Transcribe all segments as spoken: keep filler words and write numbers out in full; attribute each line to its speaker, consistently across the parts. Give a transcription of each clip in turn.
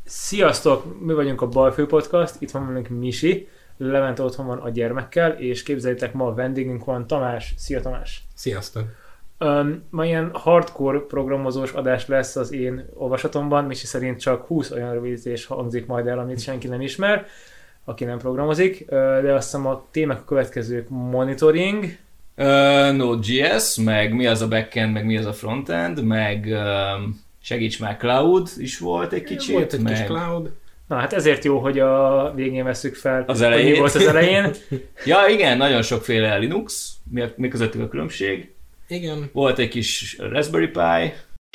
Speaker 1: Sziasztok! Mi vagyunk a Balfő Podcast, itt van velünk Misi, Levente otthon van a gyermekkel, és képzeljétek, ma a vendégünk van Tamás. Szia Tamás!
Speaker 2: Sziasztok!
Speaker 1: Um, ma ilyen hardcore programozós adás lesz az én olvasatomban, Misi szerint csak húsz olyan rövidítés hangzik majd el, amit senki nem ismer, aki nem programozik, de azt hiszem a témák a következők: monitoring,
Speaker 3: uh, Node.js, meg mi az a backend, meg mi az a frontend, meg um, segíts már, cloud is volt egy kicsit.
Speaker 2: Volt egy
Speaker 3: meg...
Speaker 2: kis cloud.
Speaker 1: Na hát ezért jó, hogy a végén vesszük fel,
Speaker 3: az elején.
Speaker 1: Mi volt az elején.
Speaker 3: Ja igen, nagyon sokféle Linux, mi, mi közöttük a különbség.
Speaker 2: Igen.
Speaker 3: Volt egy kis Raspberry Pi.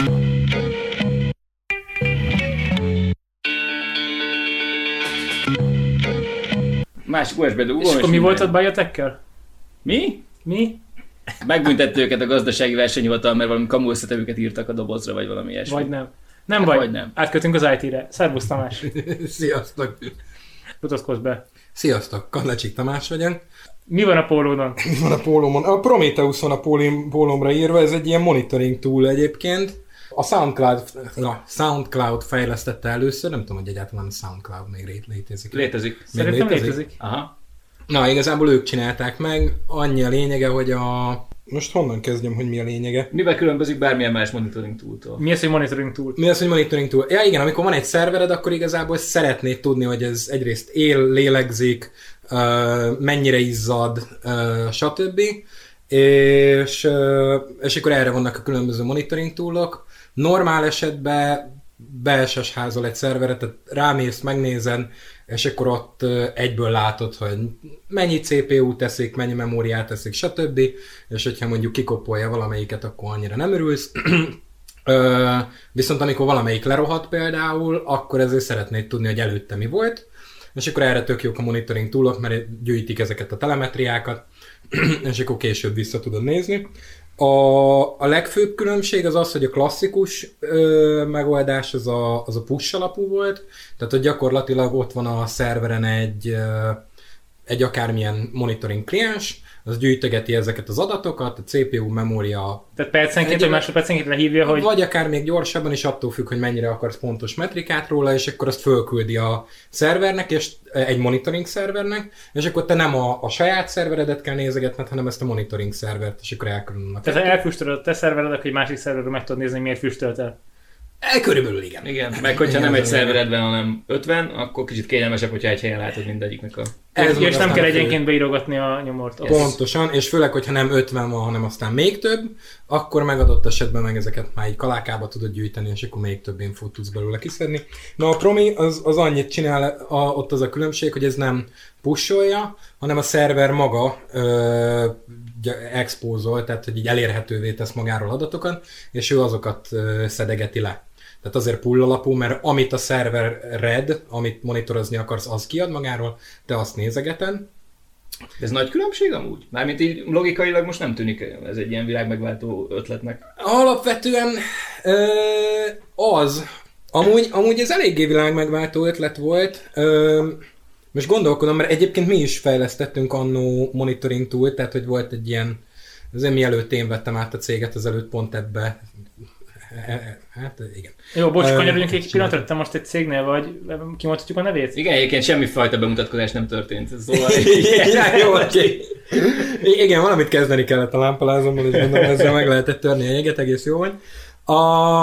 Speaker 3: Másik u es bé dugó.
Speaker 1: És akkor mi volt ott Biotech-kel?
Speaker 3: Mi?
Speaker 1: Mi?
Speaker 3: Megbüntette őket a gazdasági versenyhivatal, mert valami kamu összetevőket írtak a dobozra, vagy valami ilyesmi.
Speaker 1: Vagy nem. Nem
Speaker 3: hát
Speaker 1: baj,
Speaker 3: vagy nem.
Speaker 1: Átkötünk az í té-re. Szervusz Tamás!
Speaker 2: Sziasztok!
Speaker 1: Mutatkozz be!
Speaker 2: Sziasztok! Kadlecsik Tamás vagyok.
Speaker 1: Mi van a pólódon?
Speaker 2: Mi van a pólómon? A Prometheus van a pólómra írva, ez egy ilyen monitoring tool egyébként. A SoundCloud, na, SoundCloud fejlesztette először, nem tudom, hogy egyáltalán a SoundCloud még létezik.
Speaker 3: Létezik.
Speaker 2: Még
Speaker 1: Szerintem létezik. létezik.
Speaker 3: Aha.
Speaker 2: Na, igazából ők csinálták meg. Annyi a lényege, hogy a... Most honnan kezdjem, hogy mi a lényege?
Speaker 3: Mivel különbözik bármilyen más monitoring tool-tól?
Speaker 1: Mi az, hogy monitoring tool?
Speaker 2: Mi az, hogy monitoring tool? Ja igen, amikor van egy szervered, akkor igazából szeretnéd tudni, hogy ez egyrészt él, lélegzik, mennyire izzad, stb. És, és akkor erre vannak a különböző monitoring toolok. Normál esetben be es es házol egy szerveret, tehát rámész, megnézed, és akkor ott egyből látod, hogy mennyi cé pé u teszik, mennyi memóriát teszik, stb. És hogyha mondjuk kikopolja valamelyiket, akkor annyira nem örülsz. Viszont amikor valamelyik lerohadt például, akkor ezért szeretnéd tudni, hogy előtte mi volt. És akkor erre tök jók a monitoring toolok, mert gyűjtik ezeket a telemetriákat, és akkor később vissza tudod nézni. A, a legfőbb különbség az az, hogy a klasszikus ö, megoldás az a, az a push alapú volt, tehát hogy gyakorlatilag ott van a szerveren egy, ö, egy akármilyen monitoring kliens, az gyűjtögeti ezeket az adatokat, a cé pé u, memória...
Speaker 1: Tehát percenként, vagy másodpercenként lehívja, hogy...
Speaker 2: Vagy akár még gyorsabban is, attól függ, hogy mennyire akarsz pontos metrikát róla, és akkor azt fölküldi a szervernek, és egy monitoring szervernek, és akkor te nem a, a saját szerveredet kell nézegetned, hanem ezt a monitoring szervert, és akkor elkülönülnek.
Speaker 1: Tehát ha elfüstölöd a te szervered, akkor egy másik szerverről meg tudod nézni, hogy miért füstölt el.
Speaker 2: El körülbelül igen.
Speaker 3: Igen, meg hogyha igen, nem egy szerveredben, hanem ötven, akkor kicsit kényelmesebb, hogyha egy helyen látod mindegyiknek a...
Speaker 1: Ez és nem kell egyenként beírogatni a nyomort.
Speaker 2: Yes. Pontosan, és főleg, hogyha nem ötven van, hanem aztán még több, akkor megadott esetben meg ezeket már így kalákába tudod gyűjteni, és akkor még több infót tudsz belőle kiszedni. Na a Promi az, az annyit csinál, a, ott az a különbség, hogy ez nem pusholja, hanem a szerver maga ö, expózol, tehát hogy így elérhetővé tesz magáról adatokat, és ő azokat ö, szedegeti le. Tehát azért pull alapú, mert amit a szerver read, amit monitorozni akarsz, az kiad magáról, te azt nézegeted.
Speaker 3: Ez nagy különbség amúgy? Mármint így logikailag most nem tűnik ez egy ilyen világmegváltó ötletnek.
Speaker 2: Alapvetően ö, az. Amúgy, amúgy ez eléggé világmegváltó ötlet volt. Ö, most gondolkodom, mert egyébként mi is fejlesztettünk annó monitoring tool, tehát hogy volt egy ilyen, azért mielőtt én vettem át a céget, azelőtt pont ebbe. Hát igen.
Speaker 1: Jó, bocs, kanyarodjunk egy pillanatra, te most egy cégnél vagy, kimondhatjuk a nevét?
Speaker 3: Igen, egyébként semmifajta bemutatkozás nem történt. Szóval...
Speaker 2: ja, jó, oké. Igen, valamit kezdeni kellett a lámpalázommal, és gondolom ezzel meg lehetett törni a jeget, egész jó vagy. A...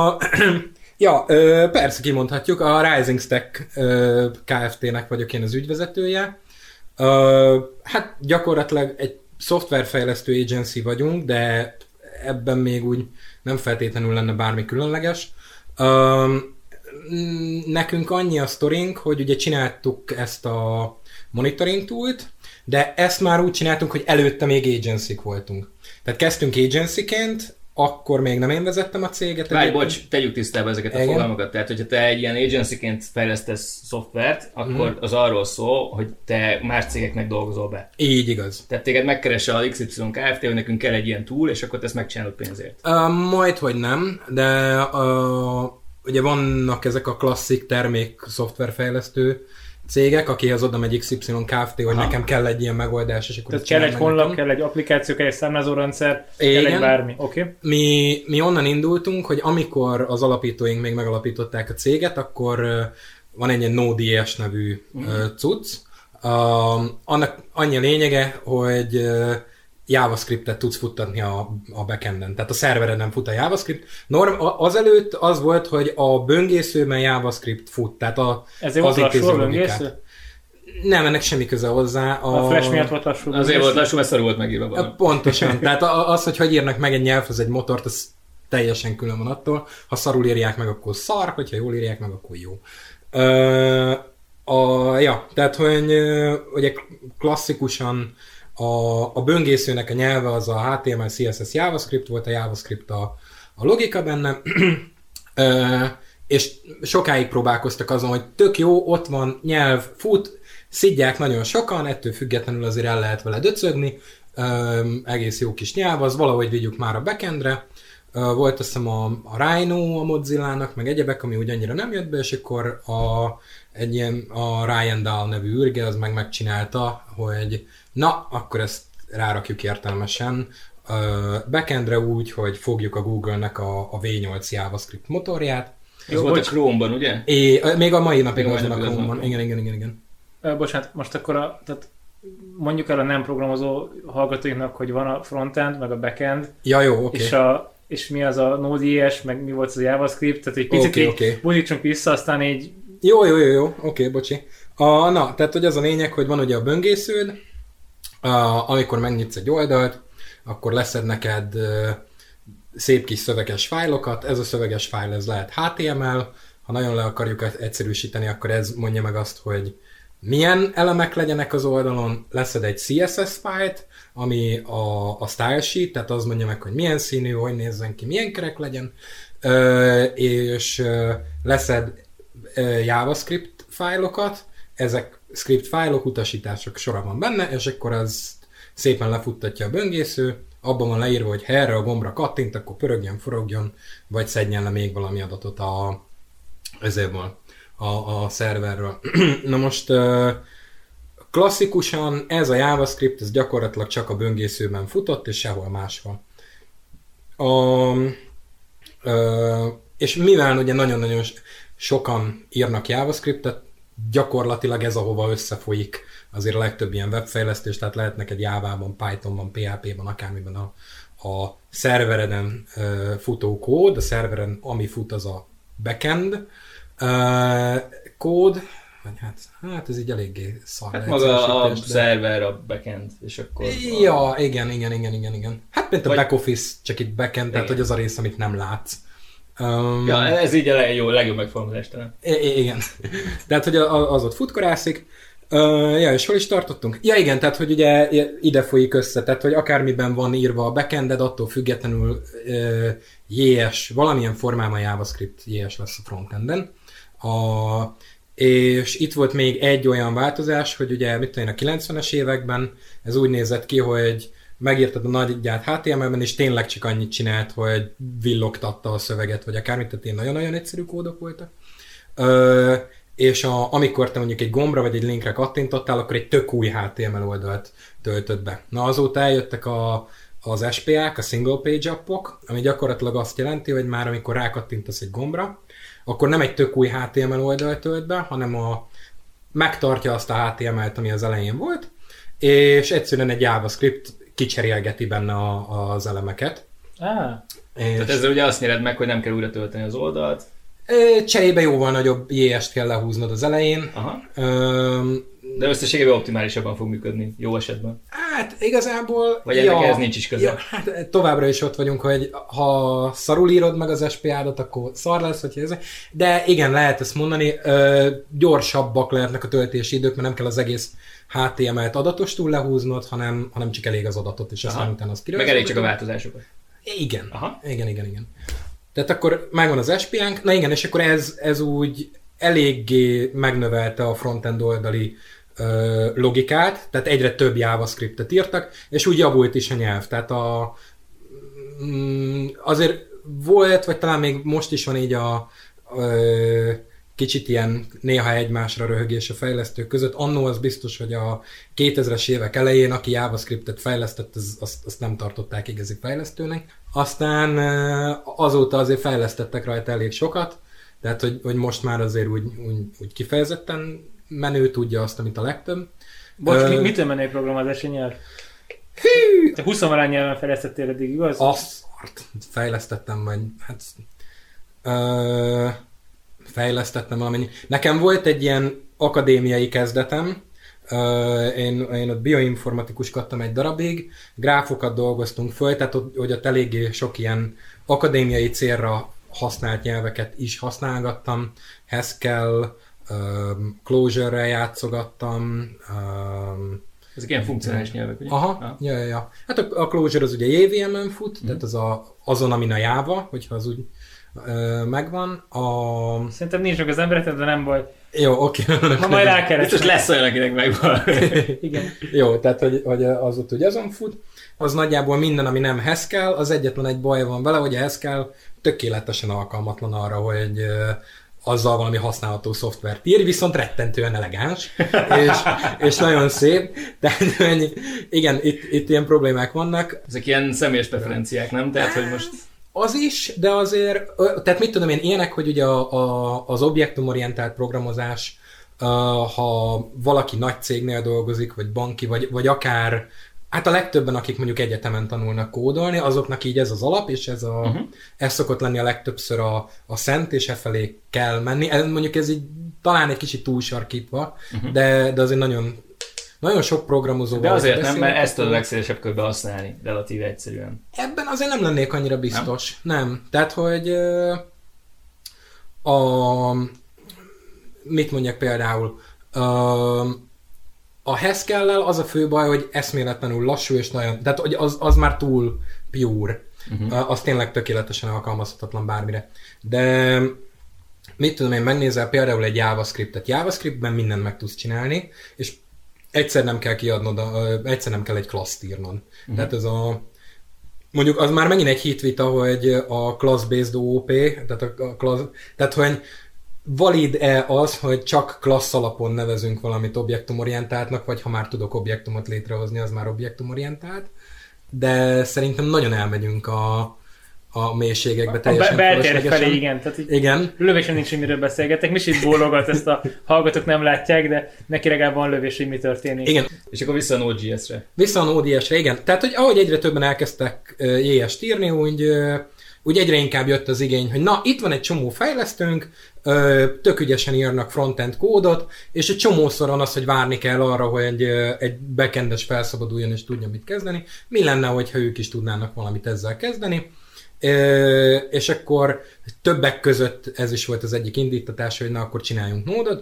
Speaker 2: ja, persze kimondhatjuk, a Rising Stack Kft-nek vagyok én az ügyvezetője. Hát gyakorlatilag egy szoftverfejlesztő agency vagyunk, de ebben még úgy nem feltétlenül lenne bármi különleges. Um, nekünk annyi a sztorink, hogy ugye csináltuk ezt a monitoring tool-t, de ezt már úgy csináltunk, hogy előtte még agency-k voltunk. Tehát kezdtünk agency-ként, akkor még nem én vezettem a céget.
Speaker 3: Várj, bocs, tegyük tisztába ezeket a igen. fogalmakat. Tehát, hogyha te egy ilyen agency-ként fejlesztesz szoftvert, akkor mm. az arról szól, hogy te más cégeknek dolgozol be.
Speaker 2: Így igaz.
Speaker 3: Tehát téged megkeresse a iksz ipszilon Kft, hogy nekünk kell egy ilyen tool, és akkor te ezt megcsinálod pénzért.
Speaker 2: Uh, majd, hogy nem, de uh, ugye vannak ezek a klasszik termék szoftverfejlesztő cégek, akihez oda megy iksz ipszilon Kft, hogy aha. nekem kell egy ilyen megoldás, és akkor...
Speaker 1: Tehát kell egy honlap, nekem. kell egy applikáció, kell egy számlázórendszer, kell egy bármi, oké? Okay.
Speaker 2: Mi, mi onnan indultunk, hogy amikor az alapítóink még megalapították a céget, akkor van egy ilyen Node.js nevű uh, cucc. Uh, annak annyi a lényege, hogy uh, JavaScriptet tudsz futtatni a, a backenden. Tehát a szerveren nem fut a JavaScript. Norm, azelőtt az volt, hogy a böngészőben JavaScript fut. Tehát a,
Speaker 1: ezért volt lassú a böngésző?
Speaker 2: Nem, ennek semmi köze hozzá.
Speaker 1: A, a Flash miatt volt lassú.
Speaker 3: Azért volt lassú, mert szarul volt megírva valami.
Speaker 2: Pontosan. Tehát az, hogy hogy írnak meg egy nyelvhez egy motort, az teljesen külön van attól. Ha szarul írják meg, akkor szar, hogyha jól írják meg, akkor jó. Uh, a, ja, tehát, hogy ugye klasszikusan a, a böngészőnek a nyelve az a há té em el, cé es es, JavaScript volt, a JavaScript a, a logika benne, uh, és sokáig próbálkoztak azon, hogy tök jó, ott van, nyelv, fut, szidják nagyon sokan, ettől függetlenül azért el lehet vele döcögni, um, egész jó kis nyelv, az valahogy vigyük már a backendre. Uh, volt azt hiszem a, a Rhino a Mozillának, meg egyebek, ami úgy annyira nem jött be, és akkor a, egy ilyen a Ryan Dahl nevű űrge, az meg megcsinálta, hogy na, akkor ezt rárakjuk értelmesen uh, backendre úgy, hogy fogjuk a Google-nek a, a vé nyolc JavaScript motorját.
Speaker 3: Ez jó, volt bocs, a Chrome-ban, ugye?
Speaker 2: É, még a mai napig az van a Chrome-ban. Igen, igen, igen, igen.
Speaker 1: Uh, bocsánat, most akkor a, tehát mondjuk el a nem programozó hallgatóinknak, hogy van a frontend, meg a backend.
Speaker 2: Ja, jó, oké.
Speaker 1: És, a, és mi az a Node.js, meg mi volt az a JavaScript, tehát egy picit okay, így okay. buzítsunk vissza, aztán így...
Speaker 2: Jó, jó, jó, jó, oké, okay, bocsi. A, na, tehát hogy az a lényeg, hogy van ugye a böngésződ, a, amikor megnyitsz egy oldalt, akkor leszed neked uh, szép kis szöveges fájlokat, ez a szöveges fájl, ez lehet há té em el, ha nagyon le akarjuk egyszerűsíteni, akkor ez mondja meg azt, hogy milyen elemek legyenek az oldalon, leszed egy cé es es fájlt, ami a, a style sheet, tehát az mondja meg, hogy milyen színű, hogy nézzen ki, milyen kerek legyen, ö, és ö, leszed ö, JavaScript fájlokat, ezek script fájlok, utasítások sora van benne, és akkor az szépen lefuttatja a böngésző, abban van leírva, hogy ha erre a gombra kattint, akkor pörögjön, forogjon, vagy szedjen le még valami adatot a ezéből. A, a szerverről. Na most klasszikusan ez a JavaScript ez gyakorlatilag csak a böngészőben futott, és sehol máshol. A, ö, és mivel ugye nagyon-nagyon sokan írnak JavaScriptet, gyakorlatilag ez ahova összefolyik azért a legtöbb ilyen webfejlesztés, tehát lehet neked Java-ban, Pythonban, pé há pé-ban, akármiben a, a szervereden ö, futó kód, a szerveren ami fut az a backend, Uh, kód, vagy hát, hát ez így eléggé szar.
Speaker 3: Hát maga a de... szerver, a backend, és akkor...
Speaker 2: Ja, a... igen, igen, igen, igen, igen. Hát mint a vagy... back office, csak itt backend, igen. Tehát hogy az a rész, amit nem látsz. Um,
Speaker 3: ja, ez így a jó, legjobb megformulás talán.
Speaker 2: Igen. Tehát, hogy az ott futkorászik. Uh, ja, és hol is tartottunk? Ja, igen, tehát, hogy ugye ide folyik össze, tehát, hogy akármiben van írva a backended, attól függetlenül uh, jé es, valamilyen formában JavaScript jé es lesz a frontenden. A, és itt volt még egy olyan változás, hogy ugye mit tudom én, a kilencvenes években ez úgy nézett ki, hogy megírtad a nagyját há té em el-ben, és tényleg csak annyit csinált, hogy villogtatta a szöveget, vagy akármit, tehát én nagyon-nagyon egyszerű kódok voltak. Ö, és a, amikor te mondjuk egy gombra vagy egy linkre kattintottál, akkor egy tök új há té em el oldalt töltött be. Na azóta eljöttek a, az es pé á-k, a single page appok, ami gyakorlatilag azt jelenti, hogy már amikor rákattintasz egy gombra, akkor nem egy tök új há té em el oldalt tölt be, hanem a, megtartja azt a há té em el-t, ami az elején volt, és egyszerűen egy JavaScript kicserélgeti benne a, az elemeket.
Speaker 1: Ah.
Speaker 3: És tehát ezzel ugye azt nyered meg, hogy nem kell újra tölteni az oldalt.
Speaker 2: Cserébe jóval nagyobb jé est kell lehúznod az elején.
Speaker 3: Aha. Um, De összességében optimálisabban fog működni, jó esetben.
Speaker 2: Hát igazából...
Speaker 3: Vagy ennek ja, ez nincs is köze.
Speaker 2: Ja, hát továbbra is ott vagyunk, hogy ha szarul írod meg az es pé á-dat, akkor szar lesz, hogy ez. De igen, lehet ezt mondani, ö, gyorsabbak lehetnek a töltési idők, mert nem kell az egész há té em el-t adatostul lehúznod, hanem, hanem csak elég az adatot, és aztán utána azt kirajzolod.
Speaker 3: Meg elég csak a változásokat.
Speaker 2: Igen.
Speaker 3: Aha.
Speaker 2: Igen, igen, igen. Tehát akkor megvan az es pé á-nk, na igen, és akkor ez, ez úgy eléggé megnövelte a frontend oldali ö, logikát, tehát egyre több JavaScriptet írtak, és úgy javult is a nyelv. Tehát a, mm, azért volt, vagy talán még most is van így a ö, kicsit ilyen néha egymásra röhögés a fejlesztők között. Annó az biztos, hogy a kétezres évek elején, aki JavaScriptet fejlesztett, az, azt, azt nem tartották igazi fejlesztőnek. Aztán azóta azért fejlesztettek rajta elég sokat, Tehát, hogy, hogy most már azért úgy, úgy, úgy kifejezetten menő, tudja azt, amit a legtöbb.
Speaker 1: Bocs, uh, mitől menő programozási nyelv? Hű! Te húsz-valány nyelven fejlesztettél eddig, igaz?
Speaker 2: Azt fejlesztettem, vagy hát uh, fejlesztettem valamennyi. Nekem volt egy ilyen akadémiai kezdetem, uh, én, én ott bioinformatikuskodtam egy darabig, gráfokat dolgoztunk föl, tehát hogy ott eléggé sok ilyen akadémiai célra használt nyelveket is használgattam. Haskell, um, Clojure-rel játszogattam. Um,
Speaker 3: Ezek ilyen funkcionális nyelvek, ugye?
Speaker 2: Aha, ah. ja, ja, ja. Hát a, a Clojure az ugye jé vé em-en fut, mm. tehát az a, azon, amin a Java, hogyha az úgy ö, megvan. A...
Speaker 1: Szerintem nincs meg az emberek, de nem baj.
Speaker 2: Jó, oké. Okay.
Speaker 1: Ma majd rákeresek.
Speaker 3: Biztos lesz olyan, akinek megvan.
Speaker 1: Igen.
Speaker 2: Jó, tehát hogy, hogy az ott ugye azon fut. Az nagyjából minden, ami nem Haskell, az egyetlen egy baj van vele, hogy a Haskell tökéletesen alkalmatlan arra, hogy azzal valami használható szoftvert ír, viszont rettentően elegáns, és, és nagyon szép. Tehát igen, itt, itt ilyen problémák vannak.
Speaker 3: Ezek ilyen személyes preferenciák, nem? Tehát, hogy most...
Speaker 2: Az is, de azért, tehát mit tudom én, ilyenek, hogy ugye a, a, az objektumorientált programozás, ha valaki nagy cégnél dolgozik, vagy banki, vagy, vagy akár hát a legtöbben, akik mondjuk egyetemen tanulnak kódolni, azoknak így ez az alap, és ez, a, uh-huh. ez szokott lenni a legtöbbször a, a szent, és e felé kell menni. Ez, mondjuk ez így talán egy kicsit túlsarkítva, uh-huh. de, de azért nagyon, nagyon sok programozóval...
Speaker 3: De azért nem, mert ezt a legszélesebb körbe használni, relatíve egyszerűen.
Speaker 2: Ebben azért nem lennék annyira biztos. Nem. nem. Tehát, hogy a... mit mondjak például... A, A Haskell-lel az a fő baj, hogy eszméletlenül lassú és nagyon... Tehát hogy az, az már túl pure. Uh-huh. Az tényleg tökéletesen alkalmazhatatlan bármire. De mit tudom én, megnézel például egy JavaScriptet. JavaScriptben mindent meg tudsz csinálni, és egyszer nem kell kiadnod, egyszer nem kell egy class-t írnod. Uh-huh. Tehát ez a... Mondjuk az már megint egy hitvita, hogy a class-based o o pé, tehát a class... Tehát, hogy valid-e az, hogy csak klassz alapon nevezünk valamit objektumorientáltnak, vagy ha már tudok objektumot létrehozni, az már objektumorientált. De szerintem nagyon elmegyünk a, a mélységekbe teljesen.
Speaker 1: A beltér felé, igen. Tehát
Speaker 2: igen.
Speaker 1: Lövésen nincs, hogy miről beszélgetek. Misit bólogat, ezt a hallgatók nem látják, de neki legalább van lövés, hogy mi történik.
Speaker 2: Igen.
Speaker 3: És akkor vissza a Node.js-re.
Speaker 2: Vissza a Node.js-re, igen. Tehát, hogy ahogy egyre többen elkezdtek jé est írni, úgy... úgy egyre inkább jött az igény, hogy na, itt van egy csomó fejlesztőnk, tök ügyesen írnak frontend kódot, és egy csomószor van az, hogy várni kell arra, hogy egy, egy backendes felszabaduljon és tudja mit kezdeni. Mi lenne, hogyha ők is tudnának valamit ezzel kezdeni? És akkor többek között ez is volt az egyik indítatás, hogy na, akkor csináljunk nódot.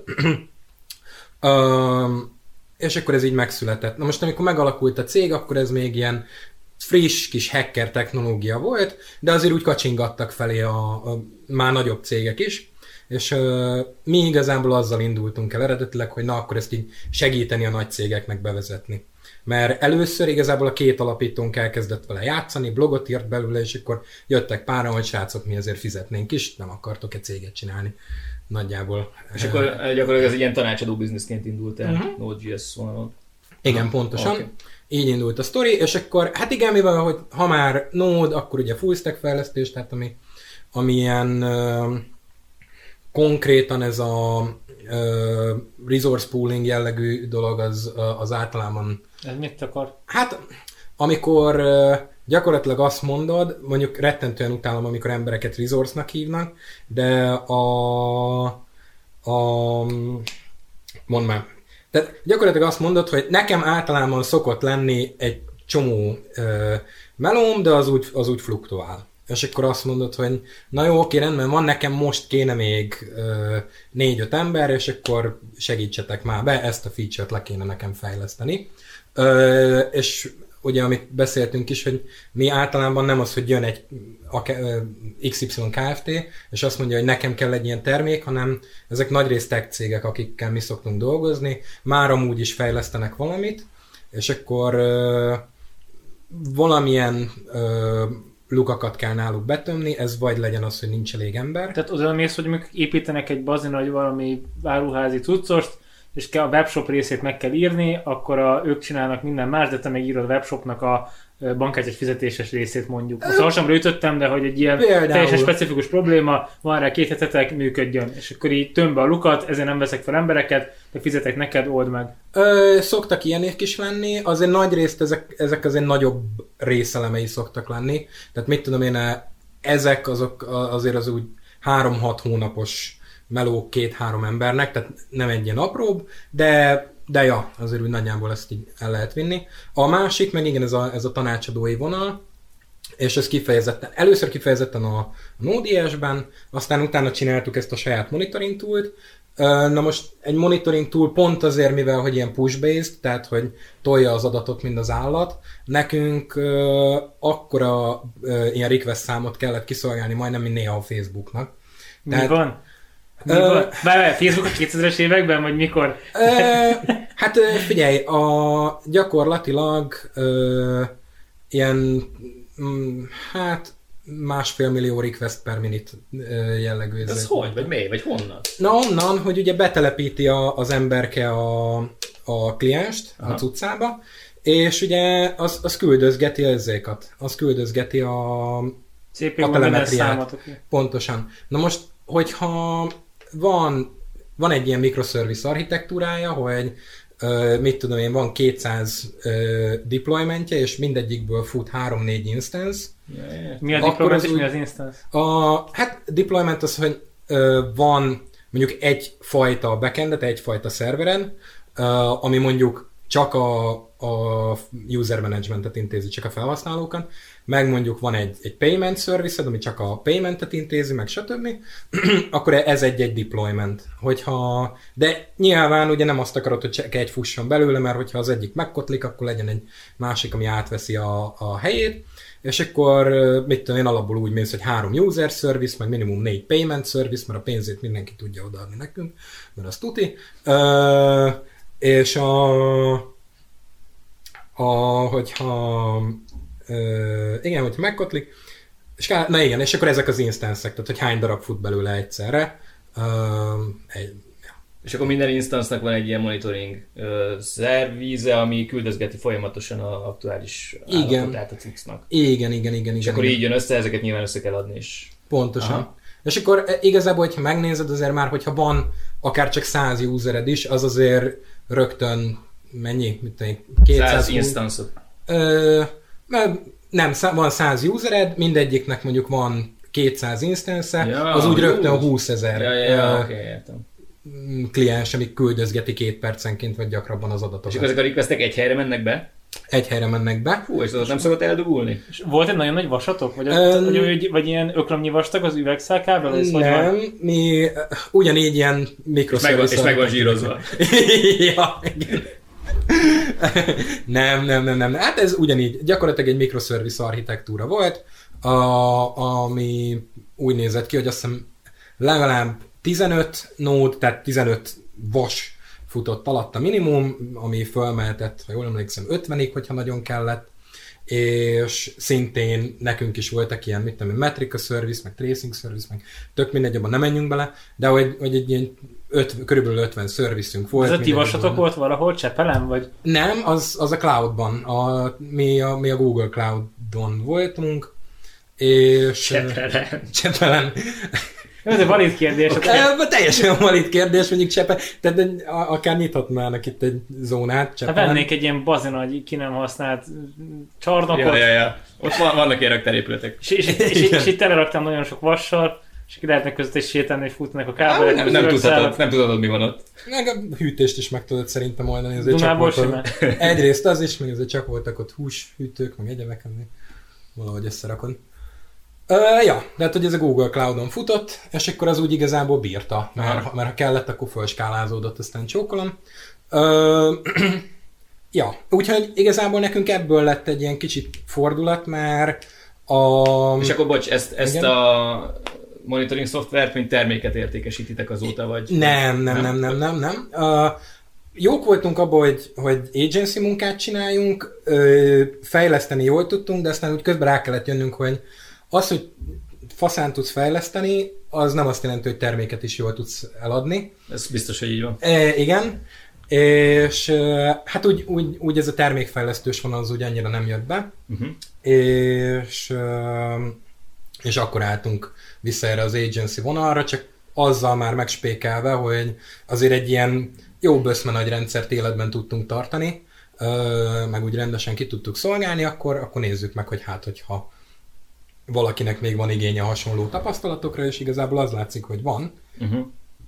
Speaker 2: És akkor ez így megszületett. Na most, amikor megalakult a cég, akkor ez még ilyen friss kis hacker technológia volt, de azért úgy kacsingattak felé a, a már nagyobb cégek is, és uh, mi igazából azzal indultunk el eredetileg, hogy na akkor ezt így segíteni a nagy cégeknek bevezetni. Mert először igazából a két alapítónk elkezdett vele játszani, blogot írt belőle, és akkor jöttek páran, hogy srácok, mi azért fizetnénk is, nem akartok-e céget csinálni. Nagyjából.
Speaker 3: És akkor gyakorlatilag ez egy ilyen tanácsadó bizniszként indult el uh-huh. Node.js vonalon.
Speaker 2: Igen, ha, pontosan. Okay. Így indult a sztori, és akkor, hát igen, mivel, hogy ha már Node, akkor ugye full stack fejlesztés, tehát ami, ami ilyen uh, konkrétan ez a uh, resource pooling jellegű dolog, az, uh, az általában...
Speaker 1: Ez mit akar?
Speaker 2: Hát, amikor uh, gyakorlatilag azt mondod, mondjuk rettentően utálom, amikor embereket resource-nak hívnak, de a... a mondd már. Tehát gyakorlatilag azt mondod, hogy nekem általában szokott lenni egy csomó ö, melóm, de az úgy, az úgy fluktuál. És akkor azt mondod, hogy na jó, oké, rendben van, nekem most kéne még ö, négy-öt ember, és akkor segítsetek már be, ezt a feature-t le kéne nekem fejleszteni. Ö, és ugye, amit beszéltünk is, hogy mi általában nem az, hogy jön egy iksz ipszilon Kft., és azt mondja, hogy nekem kell egy ilyen termék, hanem ezek nagyrészt tech cégek, akikkel mi szoktunk dolgozni, már amúgy is fejlesztenek valamit, és akkor ö, valamilyen ö, lukakat kell náluk betömni, ez vagy legyen az, hogy nincs elég ember.
Speaker 1: Tehát oda mész, hogy építenek egy bazin, vagy valami áruházi cuccost, és a webshop részét meg kell írni, akkor a, ők csinálnak minden más, de te meg írod a webshopnak a bankkártyás fizetéses részét mondjuk. Most hasamra ütöttem, de hogy egy ilyen Például. teljesen specifikus probléma, van rá két hetetek, működjön. És akkor így tömbe a lukat, ezért nem veszek fel embereket, de fizetek neked, old meg.
Speaker 2: Ö, szoktak ilyenek is lenni, azért nagy részt ezek, ezek azért nagyobb részelemei szoktak lenni. Tehát mit tudom én, ezek azok azért az úgy három-hat hónapos meló két-három embernek, tehát nem egy ilyen apróbb, de De ja, azért úgy nagyjából ezt így el lehet vinni. A másik, meg igen, ez a, ez a tanácsadói vonal, és ez kifejezetten, először kifejezetten a, a Node.js-ben, aztán utána csináltuk ezt a saját monitoring tool-t. Na most egy monitoring tool pont azért, mivel hogy ilyen push-based, tehát hogy tolja az adatot, mint az állat, nekünk uh, akkora uh, ilyen request számot kellett kiszolgálni, majdnem, mint néha a Facebooknak.
Speaker 1: Mi tehát, van? Mi uh, van? Bár Facebook a kétezres években, vagy mikor?
Speaker 2: Uh, hát figyelj, a, gyakorlatilag uh, ilyen mm, hát másfél millió request per minute uh, jellegű.
Speaker 3: Ez hogy? Vagy miért? Vagy honnan?
Speaker 2: Na onnan, hogy ugye betelepíti a, az emberke a, a klienst Aha. a cuccába, és ugye az, az küldözgeti ezékat. Az küldözgeti a, a telemetriát. Pontosan. Na most, hogyha van, van egy ilyen microservice architektúrája, hogy uh, mit tudom én, van kétszáz uh, deploymentje, és mindegyikből fut három-négy instance.
Speaker 1: Yeah, yeah. Mi a deployment és mi az instance?
Speaker 2: A, hát deployment az, hogy uh, van mondjuk egy fajta backendet, egy fajta szerveren, uh, ami mondjuk csak a, a user managementet intézi, csak a felhasználókat, meg mondjuk van egy, egy payment service, ami csak a paymentet intézi, meg stb. Akkor ez egy-egy deployment. Hogyha, de nyilván ugye nem azt akarod, hogy csak egy fusson belőle, mert hogyha az egyik megkotlik, akkor legyen egy másik, ami átveszi a, a helyét, és akkor mit tudom én, alapból úgy mész, hogy három user service, meg minimum négy payment service, mert a pénzét mindenki tudja odaadni nekünk, mert az tuti. Uh, és a, a hogyha Uh, igen, hogyha megkotlik, és ká... na igen, és akkor ezek az instance-ek, tehát hogy hány darab fut belőle egyszerre. Uh, egy, ja.
Speaker 3: És akkor minden instance-nak van egy ilyen monitoring uh, szervíze, ami küldözgeti folyamatosan az aktuális állapotát a cuccnak.
Speaker 2: Igen, igen, igen.
Speaker 3: És
Speaker 2: igen,
Speaker 3: akkor
Speaker 2: igen.
Speaker 3: így jön össze, ezeket nyilván össze kell adni is.
Speaker 2: Pontosan. Aha. És akkor igazából, hogyha megnézed, azért már, hogyha van akár csak száz usered is, az azért rögtön mennyi? Mit tudom, kétszáz
Speaker 3: száz instance-ot.
Speaker 2: Uh, Nem, van száz usered, mindegyiknek mondjuk van kétszáz instance-e, ja, az úgy rögtön húszezer
Speaker 3: ja, ja, uh, okay,
Speaker 2: kliens, amik küldözgeti két percenként vagy gyakrabban az adatokat.
Speaker 3: És ezek a requestek egy helyre mennek be?
Speaker 2: Egy helyre mennek be.
Speaker 3: Hú, és az nem szokott eldugulni?
Speaker 1: És volt egy nagyon nagy vasatok? Vagy, um, vagy, vagy, vagy ilyen öklamnyi vastag az üvegszálkábra?
Speaker 2: Nem, vagy mi uh, ugyanígy ilyen mikroszervisz.
Speaker 3: És meg van zsírozva.
Speaker 2: Ja, igen. nem, nem, nem, nem. Hát ez ugyanígy, gyakorlatilag egy microservice architektúra volt, a, ami úgy nézett ki, hogy azt hiszem legalább tizenöt nód, tehát tizenöt vas futott alatt a minimum, ami fölmehetett, ha jól emlékszem, ötvenig, hogyha nagyon kellett, és szintén nekünk is voltak ilyen, mit tudom, metrica service, meg tracing service, meg tök mindegy, abban nem menjünk bele, de hogy, hogy egy ilyen öt, körülbelül ötven szervizünk volt.
Speaker 1: Ez a ti vasatok volt valahol Csepelen, vagy?
Speaker 2: Nem, az, az a cloudban, a, mi, a, mi a Google Cloudon voltunk, és...
Speaker 1: Csepelen.
Speaker 2: Csepelen.
Speaker 1: Ez egy valid kérdés.
Speaker 2: Okay. Teljesen valid kérdés, mondjuk Csepe, tehát akár nyithatnának itt egy zónát Csepelen.
Speaker 1: Hát vennék egy ilyen bazinagy, ki nem használt csarnokot.
Speaker 3: Ja, ja, ja. Ott van, vannak ilyen raktárépületek.
Speaker 1: És, és, és, és, és itt teleraktam nagyon sok vassal, és ki lehetnek között is sétálni, és futnak a kábelek.
Speaker 3: Nem, nem, tudhatod, nem tudhatod, mi van ott.
Speaker 2: Meg a hűtést is meg tudod szerintem oldani.
Speaker 1: Dunából simán.
Speaker 2: Egyrészt az is, meg azért csak voltak ott húshűtők, meg egyebek, valahogy összerakod. Uh, ja, de hát, hogy ez a Google Cloudon futott, és akkor az úgy igazából bírta, mert, mert ha kellett, akkor felskálázódott, aztán csókolom. Uh, ja, úgyhogy igazából nekünk ebből lett egy ilyen kicsit fordulat, mert a...
Speaker 3: És akkor bocs, ezt, ezt a monitoring szoftvert, mint terméket értékesítitek azóta, vagy...
Speaker 2: Nem, nem, nem, nem, nem, nem. Uh, jók voltunk abban, hogy, hogy agency munkát csináljunk, uh, fejleszteni jól tudtunk, de aztán úgy közben rá kellett jönnünk, hogy az, hogy faszán tudsz fejleszteni, az nem azt jelenti, hogy terméket is jól tudsz eladni.
Speaker 3: Ez biztos, hogy így van.
Speaker 2: E, igen. És hát úgy, úgy, úgy ez a termékfejlesztős vonal az úgy annyira nem jött be, uh-huh. és, és akkor álltunk vissza erre az agency vonalra, csak azzal már megspékelve, hogy azért egy ilyen jó böszme nagy rendszert életben tudtunk tartani, meg úgy rendesen ki tudtuk szolgálni, akkor, akkor nézzük meg, hogy hát, hogyha valakinek még van igénye hasonló tapasztalatokra, és igazából az látszik, hogy van. Uh-huh.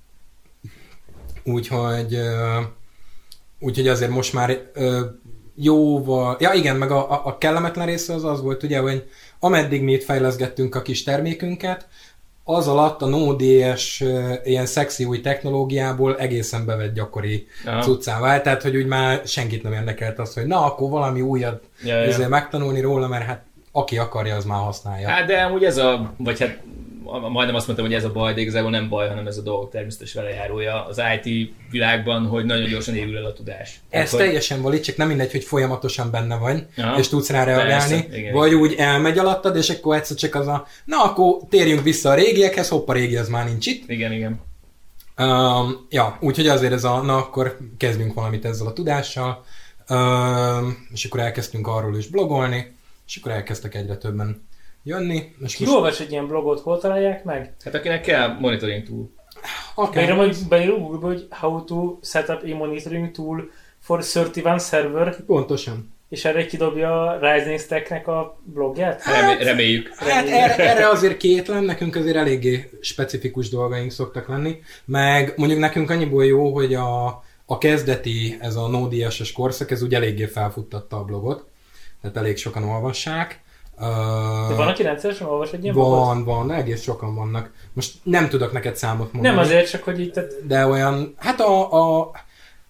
Speaker 2: Úgyhogy, úgyhogy azért most már jóval... Ja igen, meg a, a kellemetlen része az az volt, ugye, hogy ameddig mi itt fejleszgettünk a kis termékünket, az alatt a Node.js ilyen szexi új technológiából egészen bevett gyakori Aha. cuccá vált, tehát hogy úgy már senkit nem érdekelt az, hogy na, akkor valami újat ja, ja. megtanulni róla, mert hát aki akarja, az már használja.
Speaker 3: Hát de amúgy ez a, vagy hát majdnem azt mondtam, hogy ez a baj, de igazából nem baj, hanem ez a dolog természetes velejárója az i té világban, hogy nagyon gyorsan épül el a tudás.
Speaker 2: Ez
Speaker 3: Akkor...
Speaker 2: teljesen valid, csak nem mindegy, hogy folyamatosan benne vagy,
Speaker 3: Aha.
Speaker 2: és tudsz rá reagálni, persze, vagy úgy elmegy alattad, és akkor egyszer csak az a, na akkor térjünk vissza a régiekhez, hopp, a régi az már nincs itt.
Speaker 3: Igen, igen.
Speaker 2: Um, ja, úgyhogy azért ez a, na akkor kezdjünk valamit ezzel a tudással, um, és akkor elkezdtünk arról is blogolni, és akkor elkezdtek egyre többen jönni.
Speaker 1: Ki most... olvas egy ilyen blogot, hol találják meg?
Speaker 3: Hát akinek kell monitoring tool.
Speaker 1: Beírom, hogy beírom Google-be, hogy how to set up a monitoring tool for thirty-one server.
Speaker 2: Pontosan.
Speaker 1: És erre kidobja a Rising Stack-nek a blogját?
Speaker 3: Hát, Reméljük.
Speaker 2: Hát erre, erre azért kétlem, nekünk azért eléggé specifikus dolgaink szoktak lenni. Meg mondjuk nekünk annyiból jó, hogy a, a kezdeti, ez a Node.js-es korszak, ez úgy eléggé felfuttatta a blogot. Tehát elég sokan olvassák.
Speaker 1: De van, aki rendszeresen olvas egy ilyen
Speaker 2: Van,
Speaker 1: blogot?
Speaker 2: van, egész sokan vannak. Most nem tudok neked számot mondani.
Speaker 1: Nem azért, csak hogy itt... Tehát...
Speaker 2: De olyan, hát a, a, a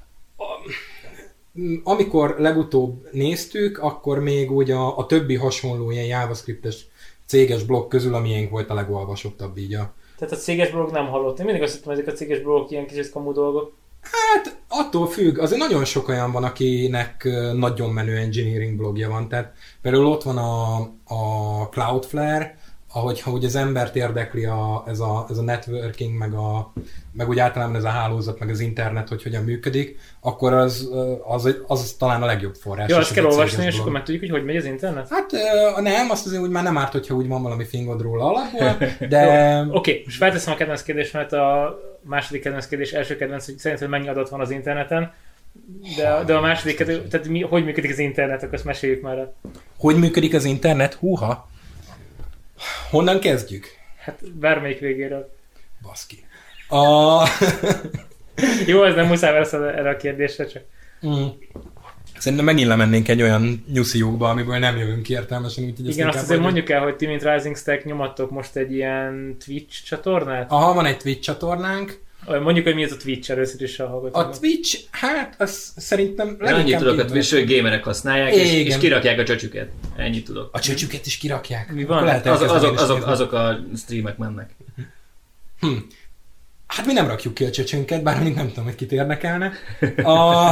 Speaker 2: amikor legutóbb néztük, akkor még úgy a, a többi hasonló ilyen JavaScript-es céges blog közül, a miénk volt a legolvasottabb így a...
Speaker 1: Tehát a céges blog nem hallott. Én mindig azt hittem, ezek a céges blogok ilyen kicsit kamu dolgok.
Speaker 2: Hát attól függ, azért nagyon sok olyan van, akinek nagyon menő engineering blogja van, tehát például ott van a, a Cloudflare, ahogy ha úgy az embert érdekli a, ez, a, ez a networking, meg, a, meg úgy általában ez a hálózat, meg az internet, hogy hogyan működik, akkor az, az, az talán a legjobb forrás.
Speaker 1: Jó, azt kell olvasni, és akkor meg tudjuk, hogy hogy megy az internet?
Speaker 2: Hát nem, azt azért úgy már nem árt, hogyha úgy van valami fingod róla alapból, de...
Speaker 1: Oké, okay, most felteszem a kedvenc kérdést, mert a második kedvenc kérdés, első kedvenc, hogy szerinted mennyi adat van az interneten, de, de a második kedvenc, tehát mi, hogy működik az internet, akkor azt meséljük már el.
Speaker 2: Hogy működik az internet? Húha! Honnan kezdjük?
Speaker 1: Hát bármelyik végéről.
Speaker 2: Baszki. A...
Speaker 1: Jó, ez nem muszáj lesz erre a kérdésre, csak...
Speaker 2: Mm. Szerintem megint lemennénk egy olyan nyusziókba, amiből nem jövünk ki értelmesen. Úgy,
Speaker 1: igen, azt azért mondjuk el, hogy ti, mint Rising Stack nyomattok most egy ilyen Twitch csatornát?
Speaker 2: Aha, van egy Twitch csatornánk.
Speaker 1: Mondjuk, hogy mi ez a Twitch, először is a hallgatók.
Speaker 2: A Twitch, hát az szerintem...
Speaker 3: Annyit tudok, a Twitch, hogy gamerek használják, és, és kirakják a csöcsüket. Ennyit tudok.
Speaker 2: A csöcsüket is kirakják?
Speaker 1: Mi van?
Speaker 3: Az, azok, azok, azok a streamek mennek.
Speaker 2: Hm. Hát mi nem rakjuk ki a csöcsünket, bár még nem tudom, hogy kit érdekelne. A...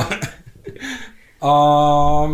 Speaker 2: a...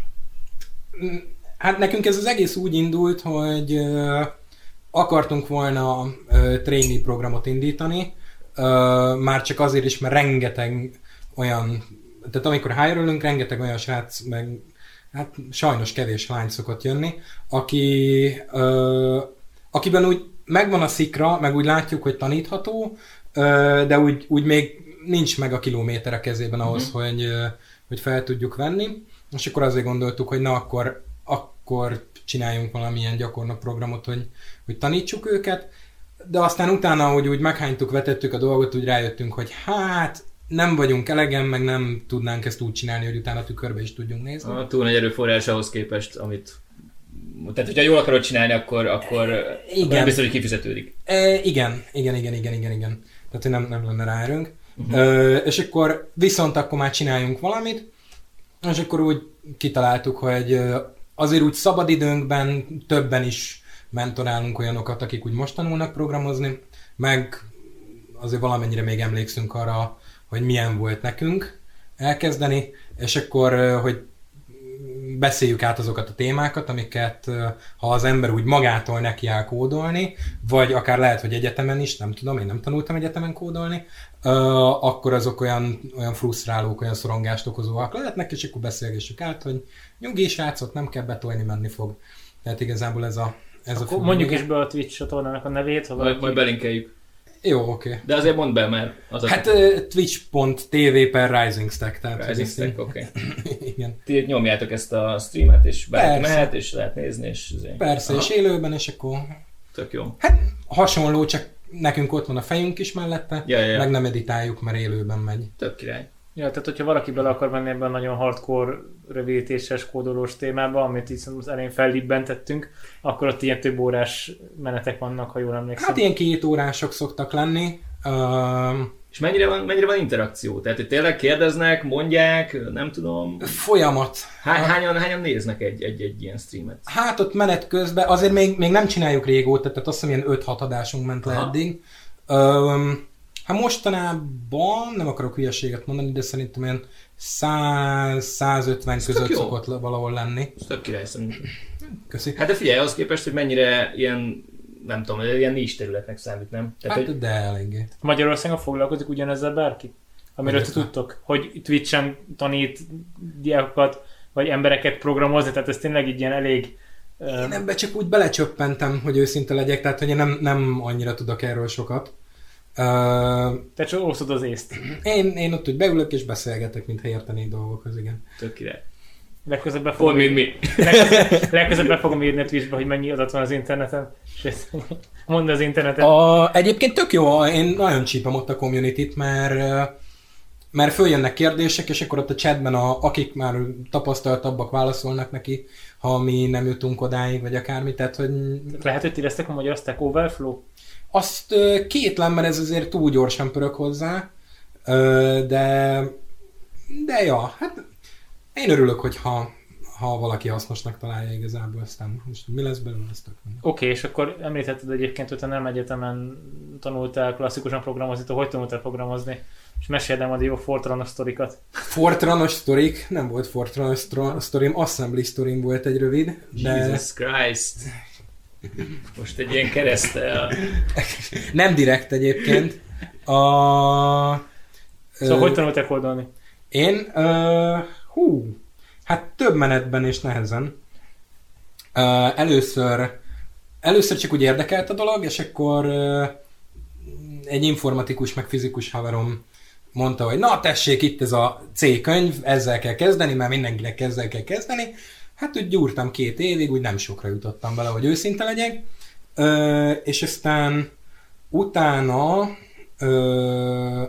Speaker 2: Hát nekünk ez az egész úgy indult, hogy uh, akartunk volna uh, trainee programot indítani, uh, már csak azért is, mert rengeteg olyan, tehát amikor hire-ölünk, rengeteg olyan srác, meg hát sajnos kevés lány szokott jönni, aki, uh, akiben úgy megvan a szikra, meg úgy látjuk, hogy tanítható, uh, de úgy, úgy még nincs meg a kilométer a kezében ahhoz, mm-hmm. hogy, uh, hogy fel tudjuk venni. És akkor azért gondoltuk, hogy na akkor, akkor csináljunk valamilyen gyakornokprogramot, hogy, hogy tanítsuk őket, de aztán utána, hogy úgy meghánytuk, vetettük a dolgot, úgy rájöttünk, hogy hát nem vagyunk elegen, meg nem tudnánk ezt úgy csinálni, hogy utána tükörbe is tudjunk nézni.
Speaker 3: A túl nagy erőforrás ahhoz képest, amit... Tehát, hogyha jól akarod csinálni, akkor, akkor,
Speaker 2: igen.
Speaker 3: akkor nem biztos, hogy kifizetődik.
Speaker 2: E, igen, igen, igen, igen, igen, igen. Tehát, hogy nem, nem lenne rá erőnk. Uh-huh. E, és akkor viszont akkor már csináljunk valamit, és akkor úgy kitaláltuk, hogy azért úgy szabadidőnkben többen is mentorálunk olyanokat, akik úgy most tanulnak programozni, meg azért valamennyire még emlékszünk arra, hogy milyen volt nekünk elkezdeni, és akkor, hogy beszéljük át azokat a témákat, amiket ha az ember úgy magától neki áll kódolni, vagy akár lehet, hogy egyetemen is, nem tudom, én nem tanultam egyetemen kódolni, akkor azok olyan, olyan frusztrálók, olyan szorongást okozóak lehetnek, és akkor beszélgessük át, hogy nyugi srácok, nem kell betolni, menni fog. Tehát igazából ez a ez
Speaker 1: akkor
Speaker 2: a
Speaker 1: mondjuk is be a Twitch csatornának a nevét, ha
Speaker 3: valaki... Majd belinkeljük.
Speaker 2: Jó, oké. Okay.
Speaker 3: De azért mondd be, mert az
Speaker 2: hát a... uh, twitch pont t v per Rising Stack. Tehát
Speaker 3: Rising Stack, oké.
Speaker 2: Okay. Igen.
Speaker 3: Ti nyomjátok ezt a streamet, és bárki mehet, és lehet nézni, és azért.
Speaker 2: Persze, aha. És élőben, és akkor...
Speaker 3: Tök jó.
Speaker 2: Hát hasonló, csak nekünk ott van a fejünk is mellette,
Speaker 3: ja, ja, ja.
Speaker 2: meg nem editáljuk, mert élőben megy.
Speaker 3: Tök király.
Speaker 1: Ja, tehát hogyha valaki bele akar menni ebben a nagyon hardcore, rövidítéses, kódolós témába, amit így az elején fellibbentettünk, akkor ott ilyen több órás menetek vannak, ha jól emlékszem.
Speaker 2: Hát ilyen két órások szoktak lenni. Uh,
Speaker 3: És mennyire van, mennyire van interakció? Tehát, hogy tényleg kérdeznek, mondják, nem tudom...
Speaker 2: Folyamat.
Speaker 3: Há- hányan, hányan néznek egy, egy, egy ilyen streamet?
Speaker 2: Hát ott menet közben, azért még, még nem csináljuk régóta, tehát azt hiszem ilyen öt-hat adásunk ment le eddig. Um, Hát mostanában, nem akarok hülyeséget mondani, de szerintem ilyen száz-százötven között szokott valahol lenni.
Speaker 3: Ez tök király szerintem.
Speaker 2: Köszi.
Speaker 3: Hát de figyelj, az képest, hogy mennyire ilyen, nem tudom, ilyen nincs területnek számít, nem?
Speaker 2: Tehát, hát hogy... de eléggé.
Speaker 1: Magyarországon foglalkozik ugyanezzel bárki? Amiről ti tudtok, hogy Twitch-en tanít diákokat, vagy embereket programozni, tehát ez tényleg így ilyen elég...
Speaker 2: Én ebbe csak úgy belecsöppentem, hogy őszinte legyek, tehát hogy én nem, nem annyira tudok erről sokat.
Speaker 1: Uh, Te csak osztod az észt.
Speaker 2: Én, én ott úgy beülök és beszélgetek, mintha értenék dolgokhoz, igen.
Speaker 3: Tök király.
Speaker 1: Legközebb be fogom,
Speaker 3: Pont, mi.
Speaker 1: legközebb, legközebb be fogom írni a Twitchbe, hogy mennyi adat van az interneten. Mondd az interneten.
Speaker 2: A, egyébként tök jó, én nagyon csípem ott a community-t, mert, mert följönnek kérdések, és akkor ott a chatben, a, akik már tapasztaltabbak válaszolnak neki, ha mi nem jutunk odáig, vagy akármi. Tehát, hogy...
Speaker 1: Lehet, hogy ti lesztek a magyar Stack Overflow?
Speaker 2: Azt kétlem, mert ez azért túl gyorsan pörög hozzá, de, de ja, hát én örülök, hogyha ha valaki hasznosnak találja igazából, aztán most mi lesz belőle, ez tök van.
Speaker 1: Oké, okay, és akkor említetted egyébként, hogy te nem egyetemen tanultál klasszikusan programozni, te hogy tanultál programozni? És meséld el majd jó Fortranos sztorikat.
Speaker 2: Fortranos sztorik? Nem volt Fortranos sztorim, Assembly sztorim volt egy rövid. De...
Speaker 3: Jesus Christ! Most egy ilyen keresztel.
Speaker 2: Nem direkt egyébként. A...
Speaker 1: Szóval ö... hogy tanultál kódolni?
Speaker 2: Én? Ö... Hú, hát több menetben és nehezen. Ö, először, először csak úgy érdekelt a dolog, és akkor ö, egy informatikus meg fizikus haverom mondta, hogy na tessék, itt ez a C könyv, ezzel kell kezdeni, mert mindenkinek ezzel kell kezdeni. Hát úgy gyúrtam két évig, úgy nem sokra jutottam vele, hogy őszinte legyek. Ö, és aztán utána ö,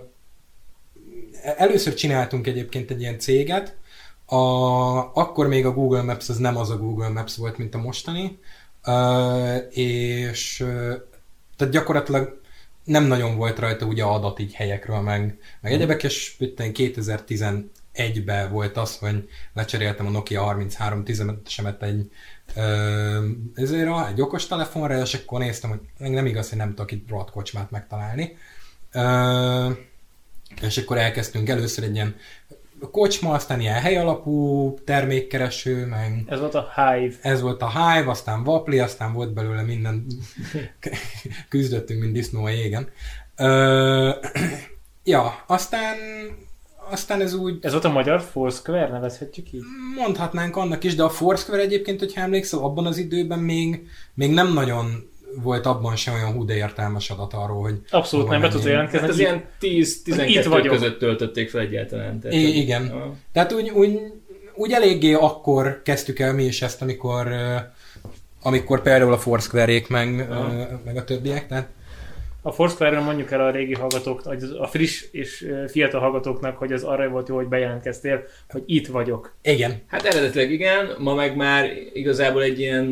Speaker 2: először csináltunk egyébként egy ilyen céget. A, akkor még a Google Maps az nem az a Google Maps volt, mint a mostani. Ö, és ö, tehát gyakorlatilag nem nagyon volt rajta ugye adat így helyekről, meg, meg egyebek, és kétezer-tizenegyben volt az, hogy lecseréltem a Nokia harminchárom tizenötösemet egy, ö, ezért, egy okostelefonra, és akkor néztem, hogy nem igaz, hogy nem tudok itt rohadt kocsmát megtalálni. Ö, és akkor elkezdtünk először egy ilyen kocsma, aztán ilyen helyalapú termékkereső, meg...
Speaker 1: Ez volt a Hive.
Speaker 2: Ez volt a Hive, aztán Vapli, aztán volt belőle minden... Küzdöttünk, mint disznó a jégen. Ö... Ja, aztán... Aztán ez úgy...
Speaker 1: Ez volt a magyar Foursquare, nevezhetjük így?
Speaker 2: Mondhatnánk annak is, de a Foursquare egyébként, hogyha emlékszel, abban az időben még, még nem nagyon volt abban sem olyan hú de értelmes adat arról, hogy...
Speaker 1: Abszolút nem, be tudsz jelentkezni.
Speaker 3: Hát az ilyen tíz-tizenkettő között töltötték fel egyáltalán. Tehát,
Speaker 2: I- igen. Ah. Tehát úgy, úgy, úgy eléggé akkor kezdtük el mi is ezt, amikor, amikor például a Foursquare-ék meg, ah. meg a többiek. Tehát...
Speaker 1: A Foursquare-ről mondjuk el a régi hallgatóknak, a friss és fiatal hallgatóknak, hogy az arra volt jó, hogy bejelentkeztél, hogy itt vagyok.
Speaker 2: Igen.
Speaker 3: Hát eredetileg igen, ma meg már igazából egy ilyen...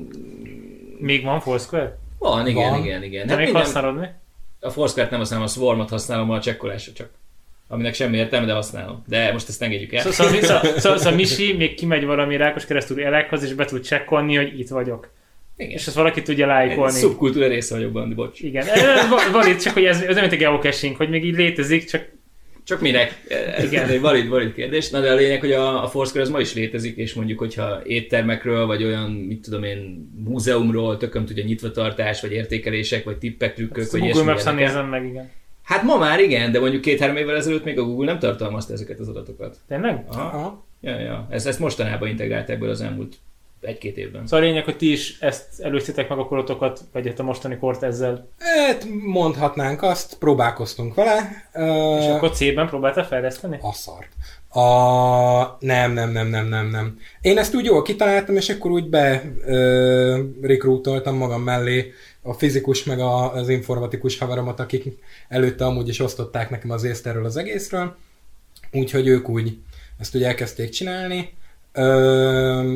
Speaker 1: Még van Foursquare?
Speaker 3: Van, igen, van. igen, igen.
Speaker 1: De
Speaker 3: hát
Speaker 1: még
Speaker 3: minden...
Speaker 1: használod mi?
Speaker 3: A Foursquare-t nem használom, a Swarm-ot használom a csekkolásra csak. Aminek semmi értelme, de használom. De most ezt engedjük el.
Speaker 1: Szóval szó, szó, szó, szó, Misi még kimegy valami rákos keresztül elekhoz, és be tud csekkolni, hogy itt vagyok. Igen. És ezt valaki tudja lájkolni.
Speaker 3: Egy szubkultúra része vagyok, Bandi, bocs.
Speaker 1: Igen, van itt, csak hogy ez, ez nem mint a geocaching, hogy még így létezik, csak
Speaker 3: Csak minek? Igen, egy valid, valid kérdés. Na de a lényeg, hogy a, a Foursquare az ma is létezik, és mondjuk, hogyha éttermekről, vagy olyan, mit tudom én, múzeumról, tököm tudja, nyitvatartás, vagy értékelések, vagy tippek, trükkök, vagy
Speaker 1: Google Maps-en nézem meg, igen.
Speaker 3: Hát ma már igen, de mondjuk két-három évvel ezelőtt még a Google nem tartalmazta ezeket az adatokat.
Speaker 1: Tényleg?
Speaker 3: Aha. Aha. Ja, ja. Ezt, ezt mostanában integrált ebből az elmúlt egy-két évben.
Speaker 1: Szóval a lényeg, hogy ti is ezt előztétek meg a korotokat, vagy a mostani kort ezzel.
Speaker 2: Hát mondhatnánk azt, próbálkoztunk vele.
Speaker 1: És uh, akkor C-ben próbáltál fejleszteni?
Speaker 2: A szart. A... Nem, nem, nem, nem, nem, nem. Én ezt úgy jól kitaláltam, és akkor úgy be uh, rekrútoltam magam mellé a fizikus meg a, az informatikus haveromat, akik előtte amúgy is osztották nekem az észt erről az egészről. Úgyhogy ők úgy ezt úgy elkezdték csinálni. Uh,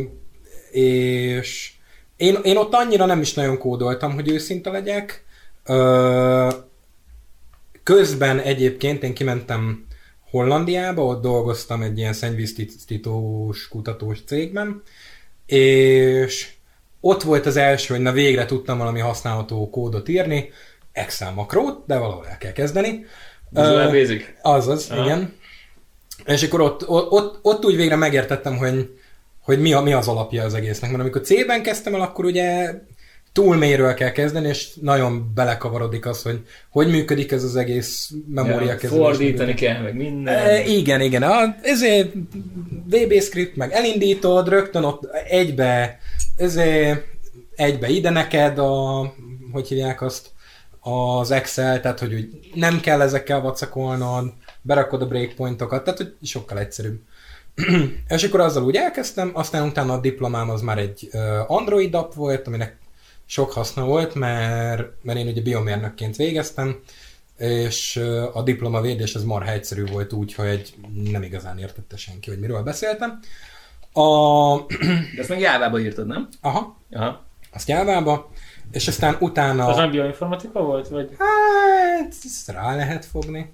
Speaker 2: és én, én ott annyira nem is nagyon kódoltam, hogy őszinte legyek. Uh, közben egyébként én kimentem Hollandiába, ott dolgoztam egy ilyen szennyvíztisztítós kutatós cégben, és ott volt az első, hogy na végre tudtam valami használható kódot írni, Excel makrót, de valahol el kell kezdeni.
Speaker 3: Visual uh, Basic?
Speaker 2: Azaz, ah. igen. És akkor ott, ott, ott úgy végre megértettem, hogy, hogy mi, a, mi az alapja az egésznek. Mert amikor C-ben kezdtem el, akkor ugye túl mélyről kell kezdeni, és nagyon belekavarodik az, hogy hogy működik ez az egész memóriakezelés.
Speaker 3: Ja, fordítani kell, meg minden.
Speaker 2: E, igen, igen. A, ezért vé bé script, meg elindítod, rögtön ott egybe, ezért egybe ide neked a, hogy hívják azt, az Excel, tehát hogy úgy nem kell ezekkel vacakolnod, berakod a breakpointokat, tehát hogy sokkal egyszerűbb. És akkor azzal úgy elkezdtem, aztán utána a diplomám az már egy Android app volt, aminek sok haszna volt, mert, mert én ugye biomérnökként végeztem, és a diplomavédés az marha egyszerű volt úgy, hogy nem igazán értette senki, hogy miről beszéltem. A...
Speaker 3: De ezt meg Jávába írtad, nem?
Speaker 2: Aha.
Speaker 3: Aha.
Speaker 2: Azt Jávába, és aztán utána...
Speaker 1: Az nem bioinformatika volt? Vagy?
Speaker 2: Hát, ezt rá lehet fogni.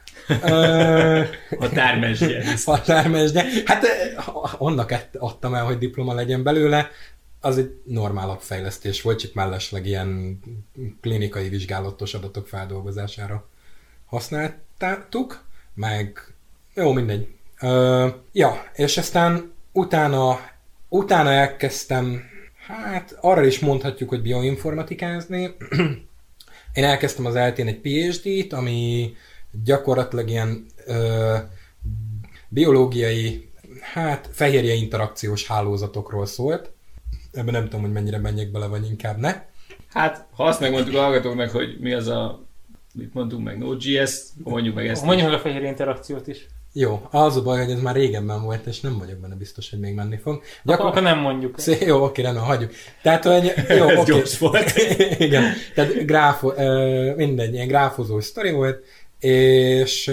Speaker 3: Határmesdje.
Speaker 2: Határmesdje. Hát annak adtam el, hogy diploma legyen belőle. Az egy normálabb fejlesztés volt, csak mellesleg ilyen klinikai vizsgálatos adatok feldolgozására használtuk, meg jó, mindegy. Uh, ja, és aztán utána, utána elkezdtem, hát arra is mondhatjuk, hogy bioinformatikázni. Én elkezdtem az eltén egy pé há dét, ami gyakorlatilag ilyen uh, biológiai, hát fehérje interakciós hálózatokról szólt. Ebben nem tudom, hogy mennyire menjek bele, vagy inkább ne.
Speaker 3: Hát, ha azt megmondtuk a hallgatóknak, hogy mi az a, mit mondtunk meg, Node.js, mondjuk meg ezt.
Speaker 1: Mondjuk meg a fehérje interakciót is.
Speaker 2: Jó, az a baj, hogy ez már régenben volt, és nem vagyok benne biztos, hogy még menni fog.
Speaker 1: Gyakor... Akkor nem mondjuk.
Speaker 2: Szé, jó, oké, rendben, hagyjuk. Tehát, hogy jó,
Speaker 3: ez
Speaker 2: oké.
Speaker 3: gyors volt.
Speaker 2: Igen, tehát gráfo, mindegy, ilyen gráfozó sztori volt, és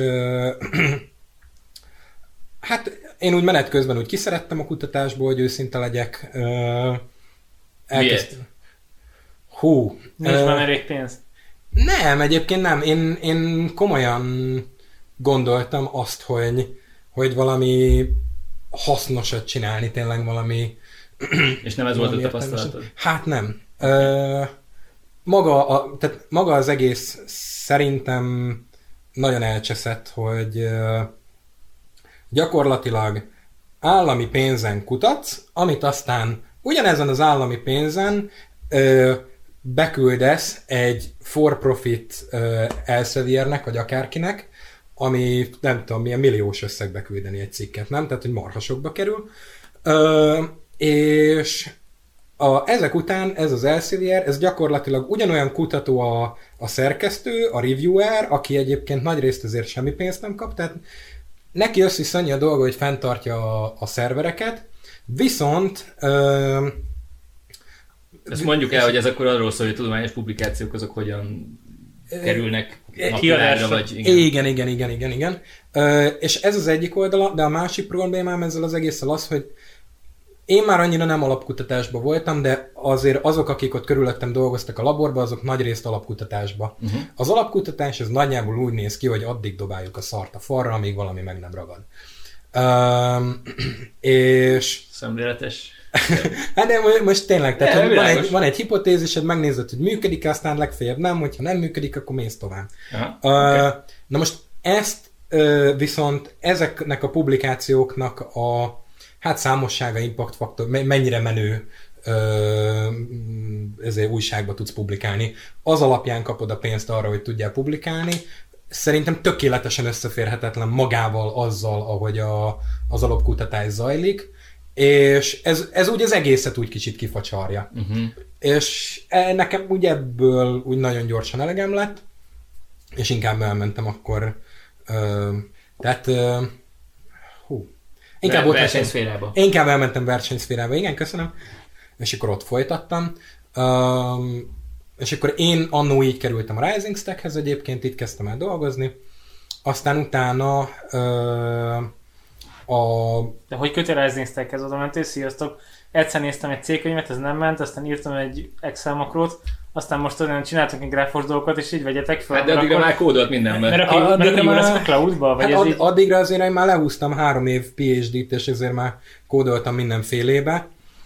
Speaker 2: hát én úgy menet közben úgy kiszerettem a kutatásból, hogy őszinte legyek.
Speaker 3: Miért?
Speaker 1: Hú. Nincs uh, benne elég pénz?
Speaker 2: Nem, egyébként nem. Én, én komolyan gondoltam azt, hogy, hogy valami hasznosat csinálni, tényleg valami...
Speaker 3: És nem ez volt a tapasztalatod?
Speaker 2: Hát nem. Uh, maga, a, tehát maga az egész szerintem nagyon elcseszett, hogy uh, gyakorlatilag állami pénzen kutatsz, amit aztán ugyanezen az állami pénzen ö, beküldesz egy for-profit ö, Elseviernek, vagy akárkinek, ami nem tudom, milyen milliós összegbe küldeni egy cikket, nem? Tehát, hogy marhasokba kerül. Ö, és a, ezek után ez az Elsevier, ez gyakorlatilag ugyanolyan kutató a, a szerkesztő, a reviewer, aki egyébként nagyrészt azért semmi pénzt nem kap, tehát neki összvisz annyi a dolga, hogy fenntartja a, a szervereket, viszont... Ö,
Speaker 3: Ezt mondjuk el, hogy ez akkor arról szól, hogy a tudományos publikációk azok hogyan kerülnek napvilágra, vagy...
Speaker 2: Igen. igen, igen, igen, igen, igen. Ö, és ez az egyik oldala, de a másik problémám ezzel az egésszel az, hogy én már annyira nem alapkutatásban voltam, de azért azok, akik ott körülöttem dolgoztak a laborban, azok nagyrészt alapkutatásban. Uh-huh. Az alapkutatás az nagyjából úgy néz ki, hogy addig dobáljuk a szart a falra, amíg valami meg nem ragad. Um, és...
Speaker 3: Szemléletes.
Speaker 2: Hát de most tényleg, tehát ja, van, egy, van egy hipotézised, megnézed, hogy működik, aztán legfeljebb nem, hogyha nem működik, akkor mész tovább. Uh,
Speaker 3: okay.
Speaker 2: Na most ezt viszont ezeknek a publikációknak a hát számossága, impact faktor, mennyire menő ezért újságba tudsz publikálni. Az alapján kapod a pénzt arra, hogy tudjál publikálni. Szerintem tökéletesen összeférhetetlen magával azzal, ahogy a, az alapkutatás zajlik, és ez, ez úgy az egészet úgy kicsit kifacsarja. Uh-huh. És nekem úgy ebből úgy nagyon gyorsan elegem lett, és inkább elmentem akkor, uh, tehát uh, hú, inkább
Speaker 3: Ver- versenyszférába.
Speaker 2: Inkább elmentem versenyszférába, igen, köszönöm. És akkor ott folytattam. Um, és akkor én annó így kerültem a Rising Stackhez egyébként, itt kezdtem el dolgozni. Aztán utána uh, a...
Speaker 1: De hogy kötél a Rising Stackhez oda mentél? Sziasztok! Egyszer néztem egy cégkönyvet, ez nem ment, aztán írtam egy Excel makrót, aztán most olyan csináltunk egy gráfos dolgokat, és így vegyetek fel.
Speaker 3: Hát de addigra már kódolt mindenben.
Speaker 1: Mert akkor, mert akkor jó lesz a cloudba? Vagy
Speaker 2: hát
Speaker 1: ez
Speaker 2: ad,
Speaker 1: így...
Speaker 2: Addigra azért én már lehúztam három év pé há dét, és ezért már kódoltam mindenfélébe.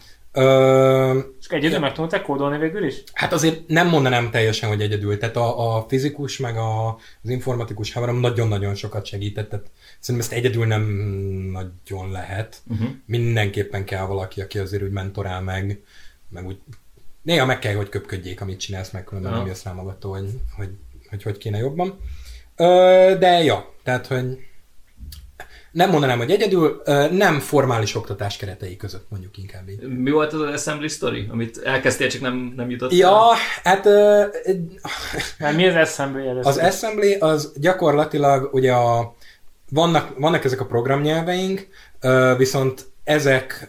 Speaker 2: Ö,
Speaker 1: és egyedül meg tudtál kódolni végül is?
Speaker 2: Hát azért nem mondanám teljesen, hogy egyedül. Tehát a, a fizikus meg a, az informatikus haverom nagyon-nagyon sokat segített. Tehát szerintem ezt egyedül nem nagyon lehet. Uh-huh. Mindenképpen kell valaki, aki azért úgy mentorál meg, meg úgy néha meg kell, hogy köpködjék, amit csinálsz, meg különben uh-huh. nem jössz rá magadtól, hogy hogy, hogy hogy kéne jobban. Ö, de ja, tehát, hogy nem mondanám, hogy egyedül, nem formális oktatás keretei között, mondjuk inkább így.
Speaker 3: Mi volt az az assembly story, amit elkezdtél, csak nem, nem jutott
Speaker 2: Ja, el? hát...
Speaker 1: Uh, mi az assembly először?
Speaker 2: Az assembly az gyakorlatilag ugye a, vannak, vannak ezek a programnyelveink, viszont ezek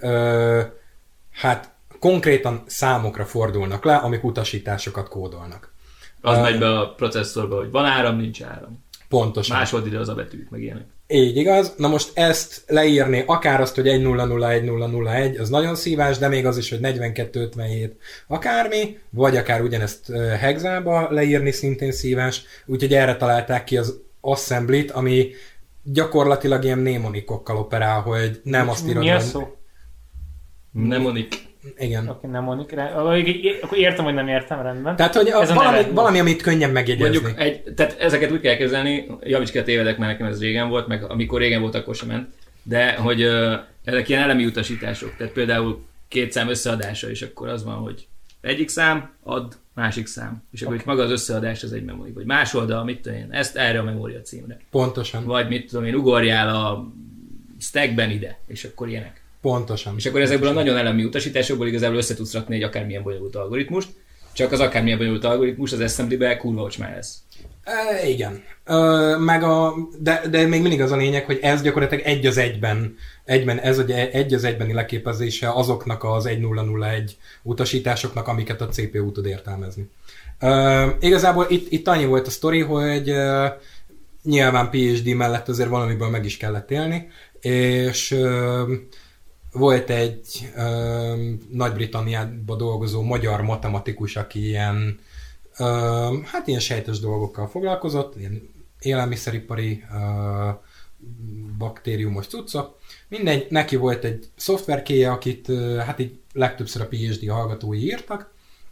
Speaker 2: hát konkrétan számokra fordulnak le, amik utasításokat kódolnak.
Speaker 3: Az uh, megy be a processzorba, hogy van áram, nincs áram.
Speaker 2: Pontosan.
Speaker 3: Másold ide az a betűt, meg ilyenek.
Speaker 2: Így igaz. Na most ezt leírni, akár azt, hogy egy nulla nulla egy nulla nulla egy, az nagyon szívás, de még az is, hogy negyvenkettő ötvenhét akármi, vagy akár ugyanezt hexába leírni szintén szívás. Úgyhogy erre találták ki az assembly-t, ami gyakorlatilag ilyen mnemonikokkal operál, hogy nem azt írod.
Speaker 1: Mi a szó?
Speaker 3: Mnemonik.
Speaker 2: Igen.
Speaker 1: Oké, nem mondjuk rá. Akkor értem, hogy nem értem, rendben.
Speaker 2: Tehát, hogy a, valami, valami, amit könnyen megjegyezni.
Speaker 3: Mondjuk, egy, tehát ezeket úgy kell kezelni, javíts ki a tévedek, mert nekem ez régen volt, meg amikor régen volt, akkor sem ment, de hogy uh, ezek ilyen elemi utasítások, tehát például két szám összeadása, és akkor az van, hogy egyik szám, add, másik szám. És akkor okay. Itt maga az összeadás az egy memory, vagy más oldal, mit tudom én, ezt erre a memória címre.
Speaker 2: Pontosan.
Speaker 3: Vagy mit tudom én, ugorjál a stackben ide, és akkor ilyenek.
Speaker 2: Pontosan.
Speaker 3: És akkor ezekből a nagyon elemi utasításokból igazából össze tudsz rakni egy akármilyen bonyolult algoritmust, csak az akármilyen bonyolult algoritmus az assembly-be kurva ocsmán lesz.
Speaker 2: E, igen. Ö, meg a, de, de még mindig az a lényeg, hogy ez gyakorlatilag egy az egyben, egyben ez ugye egy az egybeni leképezése azoknak az egy nulla nulla egy utasításoknak, amiket a cé pé u tud értelmezni. Ö, igazából itt, itt annyi volt a sztori, hogy uh, nyilván pé há dé mellett azért valamiből meg is kellett élni, és uh, volt egy uh, Nagy-Britanniában dolgozó magyar matematikus, aki ilyen, uh, hát ilyen sejtes dolgokkal foglalkozott, ilyen élelmiszeripari uh, baktériumos cuccok. Mindegy, neki volt egy szoftverkéje, akit uh, hát így legtöbbször a pé há dé hallgatói írtak,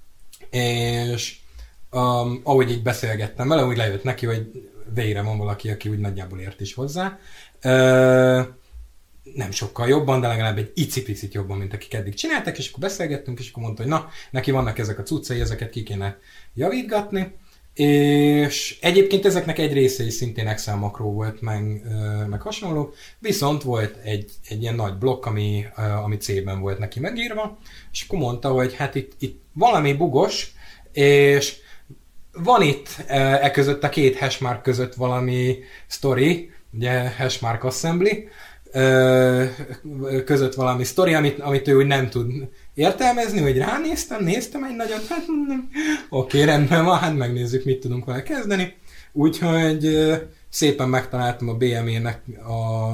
Speaker 2: és um, ahogy így beszélgettem vele, úgy lejött neki, hogy végre van valaki, aki úgy nagyjából ért is hozzá. Uh, nem sokkal jobban, de legalább egy icipicit jobban, mint akik eddig csináltak, és akkor beszélgettünk, és akkor mondta, hogy na, neki vannak ezek a cuccai, ezeket ki kéne javítgatni, és egyébként ezeknek egy része is szintén Excel makró volt, meg, meg hasonló, viszont volt egy, egy ilyen nagy blokk, ami, ami C-ben volt neki megírva, és akkor mondta, hogy hát itt, itt valami bugos, és van itt e között a két hashmark között valami story, ugye hashmark assembly, között valami sztori, amit, amit ő úgy nem tud értelmezni, hogy ránéztem, néztem egy nagyot, hát nem. Oké, rendben van, hát megnézzük, mit tudunk vele kezdeni. Úgyhogy szépen megtaláltam a bé em é-nek a,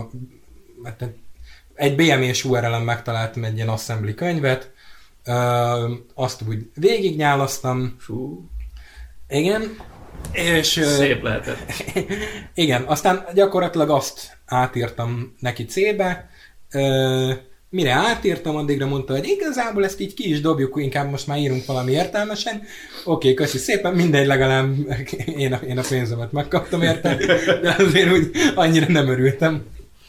Speaker 2: egy bé em é-s u er el-en megtaláltam egy ilyen assembly könyvet, azt úgy végignyálasztam.
Speaker 3: Fú.
Speaker 2: Igen. És,
Speaker 3: szép lehetett.
Speaker 2: Igen, aztán gyakorlatilag azt átírtam neki C-be, mire átírtam, addigra mondta, hogy igazából ezt így ki is dobjuk, inkább most már írunk valami értelmesen. Oké, okay, köszi szépen, mindegy, legalább én a, én a pénzemet megkaptam érte, de azért úgy annyira nem örültem.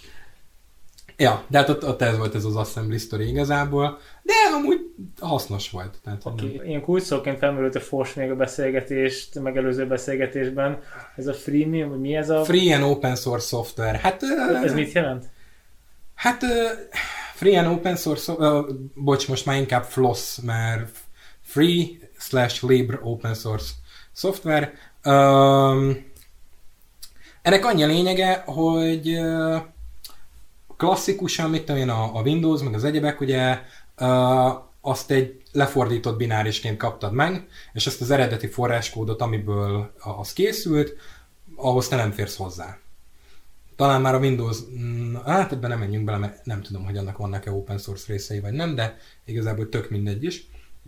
Speaker 2: Ja, de hát ott, ott ez volt ez az Assembly Story igazából, de amúgy hasznos volt. Tehát
Speaker 1: okay. Ilyen kulcsszóként felmerült a Fors még a beszélgetést, megelőző beszélgetésben. Ez a freemium, mi ez a...
Speaker 2: Free and open source software. Hát,
Speaker 1: ez uh, mit jelent?
Speaker 2: Hát uh, free and open source, uh, bocs, most már inkább floss, mert free slash libre open source software. Um, ennek annyi a lényege, hogy uh, klasszikusan, mit tudom én, a, a Windows, meg az egyebek, ugye uh, azt egy lefordított binárisként kaptad meg, és ezt az eredeti forráskódot, amiből az készült, ahhoz te nem férsz hozzá. Talán már a Windows, hát ebben nem menjünk bele, mert nem tudom, hogy annak vannak-e open source részei, vagy nem, de igazából tök mindegy is.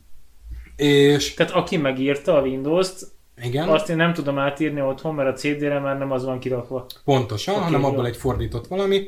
Speaker 2: És...
Speaker 1: Tehát aki megírta a Windows-t,
Speaker 2: igen.
Speaker 1: Azt én nem tudom átírni otthon, mert a cé dére már nem az van kirakva.
Speaker 2: Pontosan, okay, hanem abból egy fordított valami.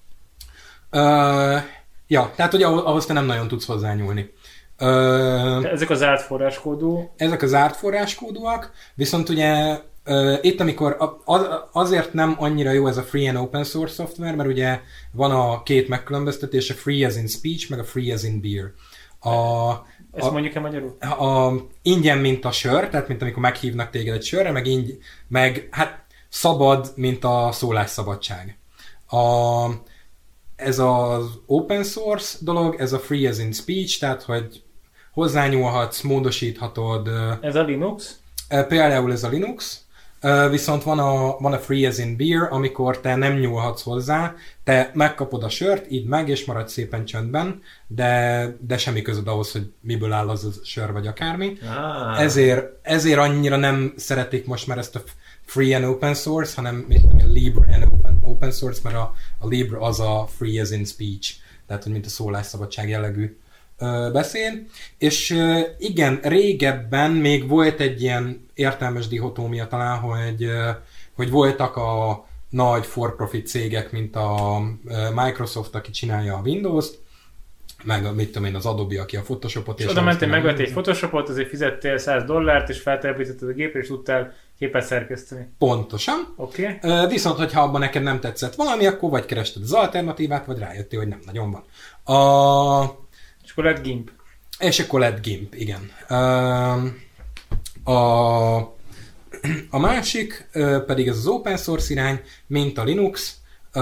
Speaker 2: Uh, ja, tehát ugye ahhoz te nem nagyon tudsz hozzányúlni. Uh,
Speaker 1: ezek az zárt forráskódú?
Speaker 2: Ezek az zárt forráskódúak, viszont ugye uh, itt amikor az, azért nem annyira jó ez a free and open source szoftver, mert ugye van a két megkülönböztetés, a free as in speech, meg a free as in beer. A,
Speaker 1: Ezt a, mondjuk-e magyarul?
Speaker 2: A, a ingyen, mint a sör, tehát mint amikor meghívnak téged egy sörre, meg, ingyen, meg hát szabad, mint a szólásszabadság. A Ez az open source dolog, ez a free as in speech, tehát hogy hozzányúlhatsz, módosíthatod.
Speaker 1: Ez a Linux?
Speaker 2: Például ez a Linux, viszont van a, van a free as in beer, amikor te nem nyúlhatsz hozzá, te megkapod a sört, idd meg, és maradj szépen csöndben, de, de semmi közöd ahhoz, hogy miből áll az a sör, vagy akármi. Ah. Ezért, ezért annyira nem szeretik most már ezt a free and open source, hanem mit tudom, libre and open, open source, mert a, a libre az a free as in speech, tehát hogy mint a szólásszabadság jellegű ö, beszéd. És ö, igen, régebben még volt egy ilyen értelmes dihotómia talán, hogy, ö, hogy voltak a nagy for-profit cégek, mint a Microsoft, aki csinálja a Windows-t, meg mit tudom én, az Adobe, aki a Photoshopot.
Speaker 1: És, és oda mentél, megvettél egy Photoshopot, azért fizettél száz dollárt, és feltelepítetted a gépre, és tudtál képet szerkeszteni.
Speaker 2: Pontosan.
Speaker 1: Oké. Okay.
Speaker 2: Viszont, hogyha abban neked nem tetszett valami, akkor vagy kerested az alternatívát, vagy rájöttél, hogy nem nagyon van. A...
Speaker 1: És akkor lett GIMP.
Speaker 2: És akkor lett GIMP, igen. A, a másik pedig ez az open source irány, mint a Linux,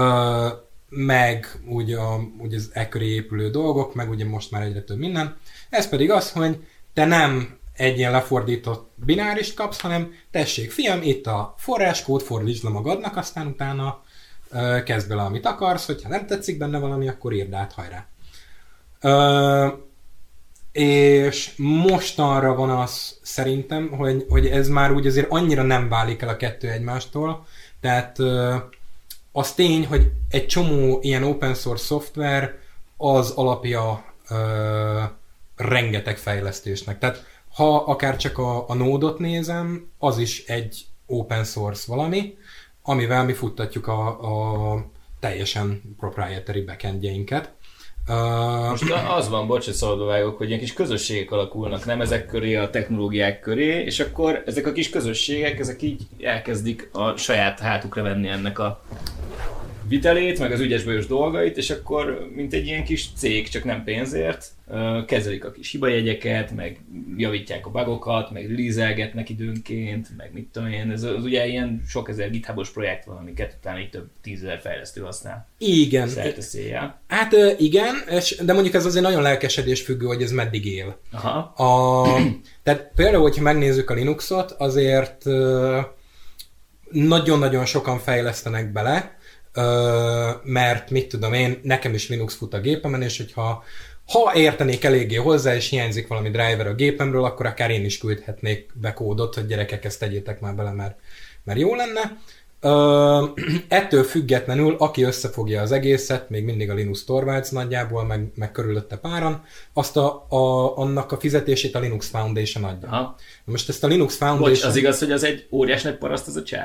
Speaker 2: meg úgy, a, úgy az e köré épülő dolgok, meg ugye most már egyre több minden. Ez pedig az, hogy te nem egy ilyen lefordított binárist kapsz, hanem tessék, fiam, itt a forráskód, fordítsd le magadnak, aztán utána uh, kezd bele, amit akarsz, hogyha nem tetszik benne valami, akkor írd át, hajrá. Uh, és mostanra van az szerintem, hogy, hogy ez már úgy azért annyira nem válik el a kettő egymástól, tehát uh, az tény, hogy egy csomó ilyen open source szoftver az alapja uh, rengeteg fejlesztésnek. Tehát ha akár csak a, a Node-ot nézem, az is egy open source valami, amivel mi futtatjuk a, a teljesen proprietary backendjeinket. Uh,
Speaker 3: Most az van, bocs, hogy szabadba hogy ilyen kis közösségek alakulnak, nem ezek köré, a technológiák köré, és akkor ezek a kis közösségek, ezek így elkezdik a saját hátukra venni ennek a vitelét, meg az ügyesbajos dolgait, és akkor, mint egy ilyen kis cég, csak nem pénzért, kezelik a kis hibajegyeket, meg javítják a bugokat, meg releaselgetnek időnként, meg mit tudom én, ez az ugye ilyen sok ezer GitHub-os projekt van, amiket utána így több tízezer fejlesztő használ.
Speaker 2: Igen.
Speaker 3: Szerte széjjel.
Speaker 2: Hát igen, de mondjuk ez azért nagyon lelkesedés függő, hogy ez meddig él.
Speaker 3: Aha.
Speaker 2: A, tehát például, hogyha megnézzük a Linuxot, azért nagyon-nagyon sokan fejlesztenek bele, mert mit tudom én, nekem is Linux fut a gépemen, és hogyha ha értenék eléggé hozzá, és hiányzik valami driver a gépemről, akkor akár én is küldhetnék be kódot, hogy gyerekek, ezt tegyétek már bele, mert, mert jó lenne. Uh, ettől függetlenül, aki összefogja az egészet, még mindig a Linus Torvalds nagyjából, meg, meg körülötte páran, azt a, a, annak a fizetését a Linux Foundation adja.
Speaker 3: Aha.
Speaker 2: Most ezt a Linux Foundation...
Speaker 3: Bocs, az igaz, hogy az egy óriás nagy paraszt az a csávó?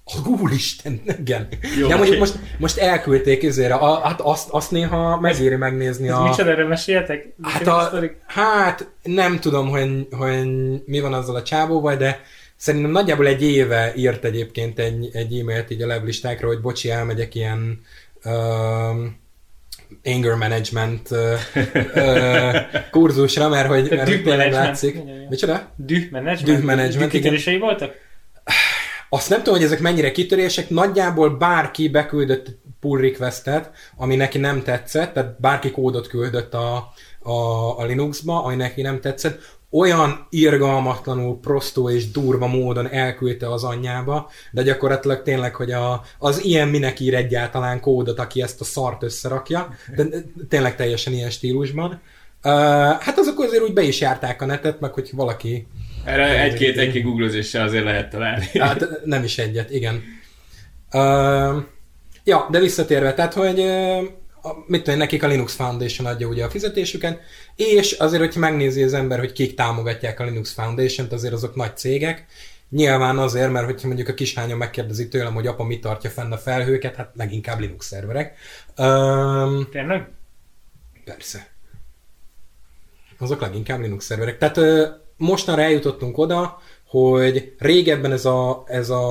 Speaker 2: Úristen, igen.
Speaker 3: Jó,
Speaker 2: de
Speaker 3: okay.
Speaker 2: mondjuk most, most elküldték ezért, a, hát azt, azt néha megéri megnézni.
Speaker 1: Ez
Speaker 2: a...
Speaker 1: micsoda, erre meséltek?
Speaker 2: Hát, a, hát nem tudom, hogy, hogy mi van azzal a csávóval, de szerintem nagyjából egy éve írt egyébként egy, egy e-mailt így a levlistákra, hogy bocsi, elmegyek ilyen um, anger management uh, uh, kurzusra, mert hogy, mert hogy tényleg látszik. Micsoda?
Speaker 1: Düh management?
Speaker 2: Düh management,
Speaker 1: kitörései voltak?
Speaker 2: Azt nem tudom, hogy ezek mennyire kitörések, nagyjából bárki beküldött pull requestet, ami neki nem tetszett, tehát bárki kódot küldött a, a, a Linuxba, ami neki nem tetszett, olyan irgalmatlanul prostó és durva módon elküldte az anyjába, de gyakorlatilag tényleg, hogy a, az ilyen minek ír egyáltalán kódot, aki ezt a szart összerakja, de tényleg teljesen ilyen stílusban. Uh, hát azok azért úgy be is járták a netet, meg hogy valaki...
Speaker 3: Erre egy-két egy googlozéssel azért lehet találni.
Speaker 2: Hát nem is egyet, igen. Uh, ja, de visszatérve, tehát, hogy uh, mit tudom, nekik a Linux Foundation adja ugye a fizetésüket, és azért, hogyha megnézi az ember, hogy kik támogatják a Linux Foundation-t, azért azok nagy cégek. Nyilván azért, mert hogyha mondjuk a kislányom megkérdezi tőlem, hogy apa mit tartja fenn a felhőket, hát leginkább Linux szerverek. Um,
Speaker 1: Tényleg?
Speaker 2: Persze. Azok leginkább Linux szerverek. Tehát uh, mostanra eljutottunk oda, hogy régebben ez a, ez a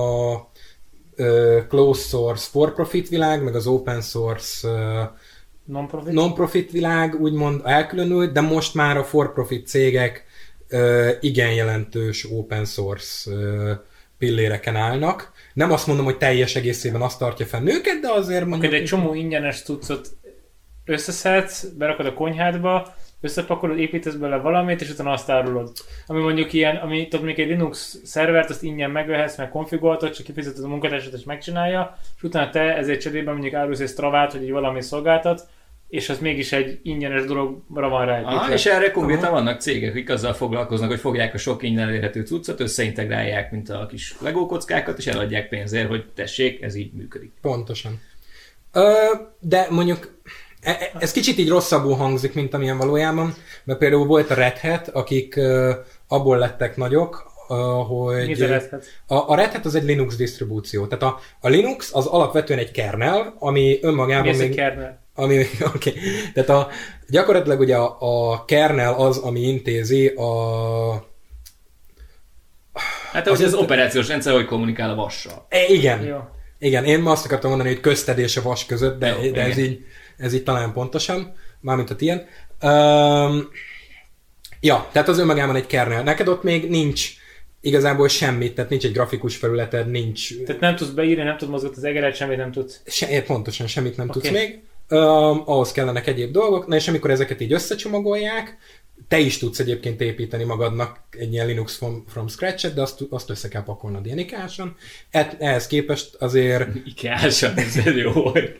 Speaker 2: uh, closed source for profit világ, meg az open source uh,
Speaker 1: non-profit?
Speaker 2: non-profit világ úgymond elkülönült, de most már a for profit cégek uh, igen jelentős open source uh, pilléreken állnak. Nem azt mondom, hogy teljes egészében azt tartja fenn őket, de azért mondjuk...
Speaker 1: Egy csomó ingyenes cuccot összeszedsz, berakod a konyhádba, összepakolod, építesz bele valamit, és utána azt árulod. Ami mondjuk ilyen, ami tudod, mondjuk egy Linux szervert, azt ingyen megvehetsz, meg konfigoltod, csak kifizeted a munkatársat, és megcsinálja, és utána te ezért cserében mondjuk árulsz egy Stravát, hogy egy valami szolgáltat, és az mégis egy ingyenes dologra van ráépítve.
Speaker 3: Ah, és erre konkrétan vannak cégek, akik azzal foglalkoznak, hogy fogják a sok ingyen elérhető cuccot, összeintegrálják, mint a kis Lego kockákat, és eladják pénzért, hogy tessék, ez így működik.
Speaker 2: Pontosan. Ö, de mondjuk ez kicsit így rosszabbul hangzik, mint amilyen valójában, mert például volt a Red Hat, akik uh, abból lettek nagyok, uh, hogy...
Speaker 1: Mi a Red Hat?
Speaker 2: A, a Red Hat az egy Linux disztribúció. Tehát a, a Linux az alapvetően egy kernel, ami önmagában
Speaker 1: Mi ez
Speaker 2: még...
Speaker 1: egy kernel?
Speaker 2: Ami, okay. Tehát a, gyakorlatilag ugye a, a kernel az, ami intézi a...
Speaker 3: Hát az, az operációs rendszer, hogy kommunikál a vassal.
Speaker 2: E, igen.
Speaker 1: Jó.
Speaker 2: Igen, én ma azt akartam mondani, hogy közted és a vas között, de,
Speaker 3: Jó,
Speaker 2: de ez,
Speaker 3: igen.
Speaker 2: így, ez így talán pontosan, mármint a tiéd. Um, ja, tehát az önmagában egy kernel. Neked ott még nincs igazából semmit, tehát nincs egy grafikus felületed, nincs...
Speaker 1: Tehát nem tudsz beírni, nem tudsz mozgatni az egeret, semmit nem tudsz.
Speaker 2: Se, pontosan semmit nem
Speaker 1: Okay.
Speaker 2: tudsz még. Um, ahhoz kellenek egyéb dolgok, na és amikor ezeket így összecsomagolják, te is tudsz egyébként építeni magadnak egy ilyen Linux from, from scratch-et, de azt, azt össze kell pakolnod ilyen ikásan. Ehhez képest azért...
Speaker 3: Ikásan, ez jó volt.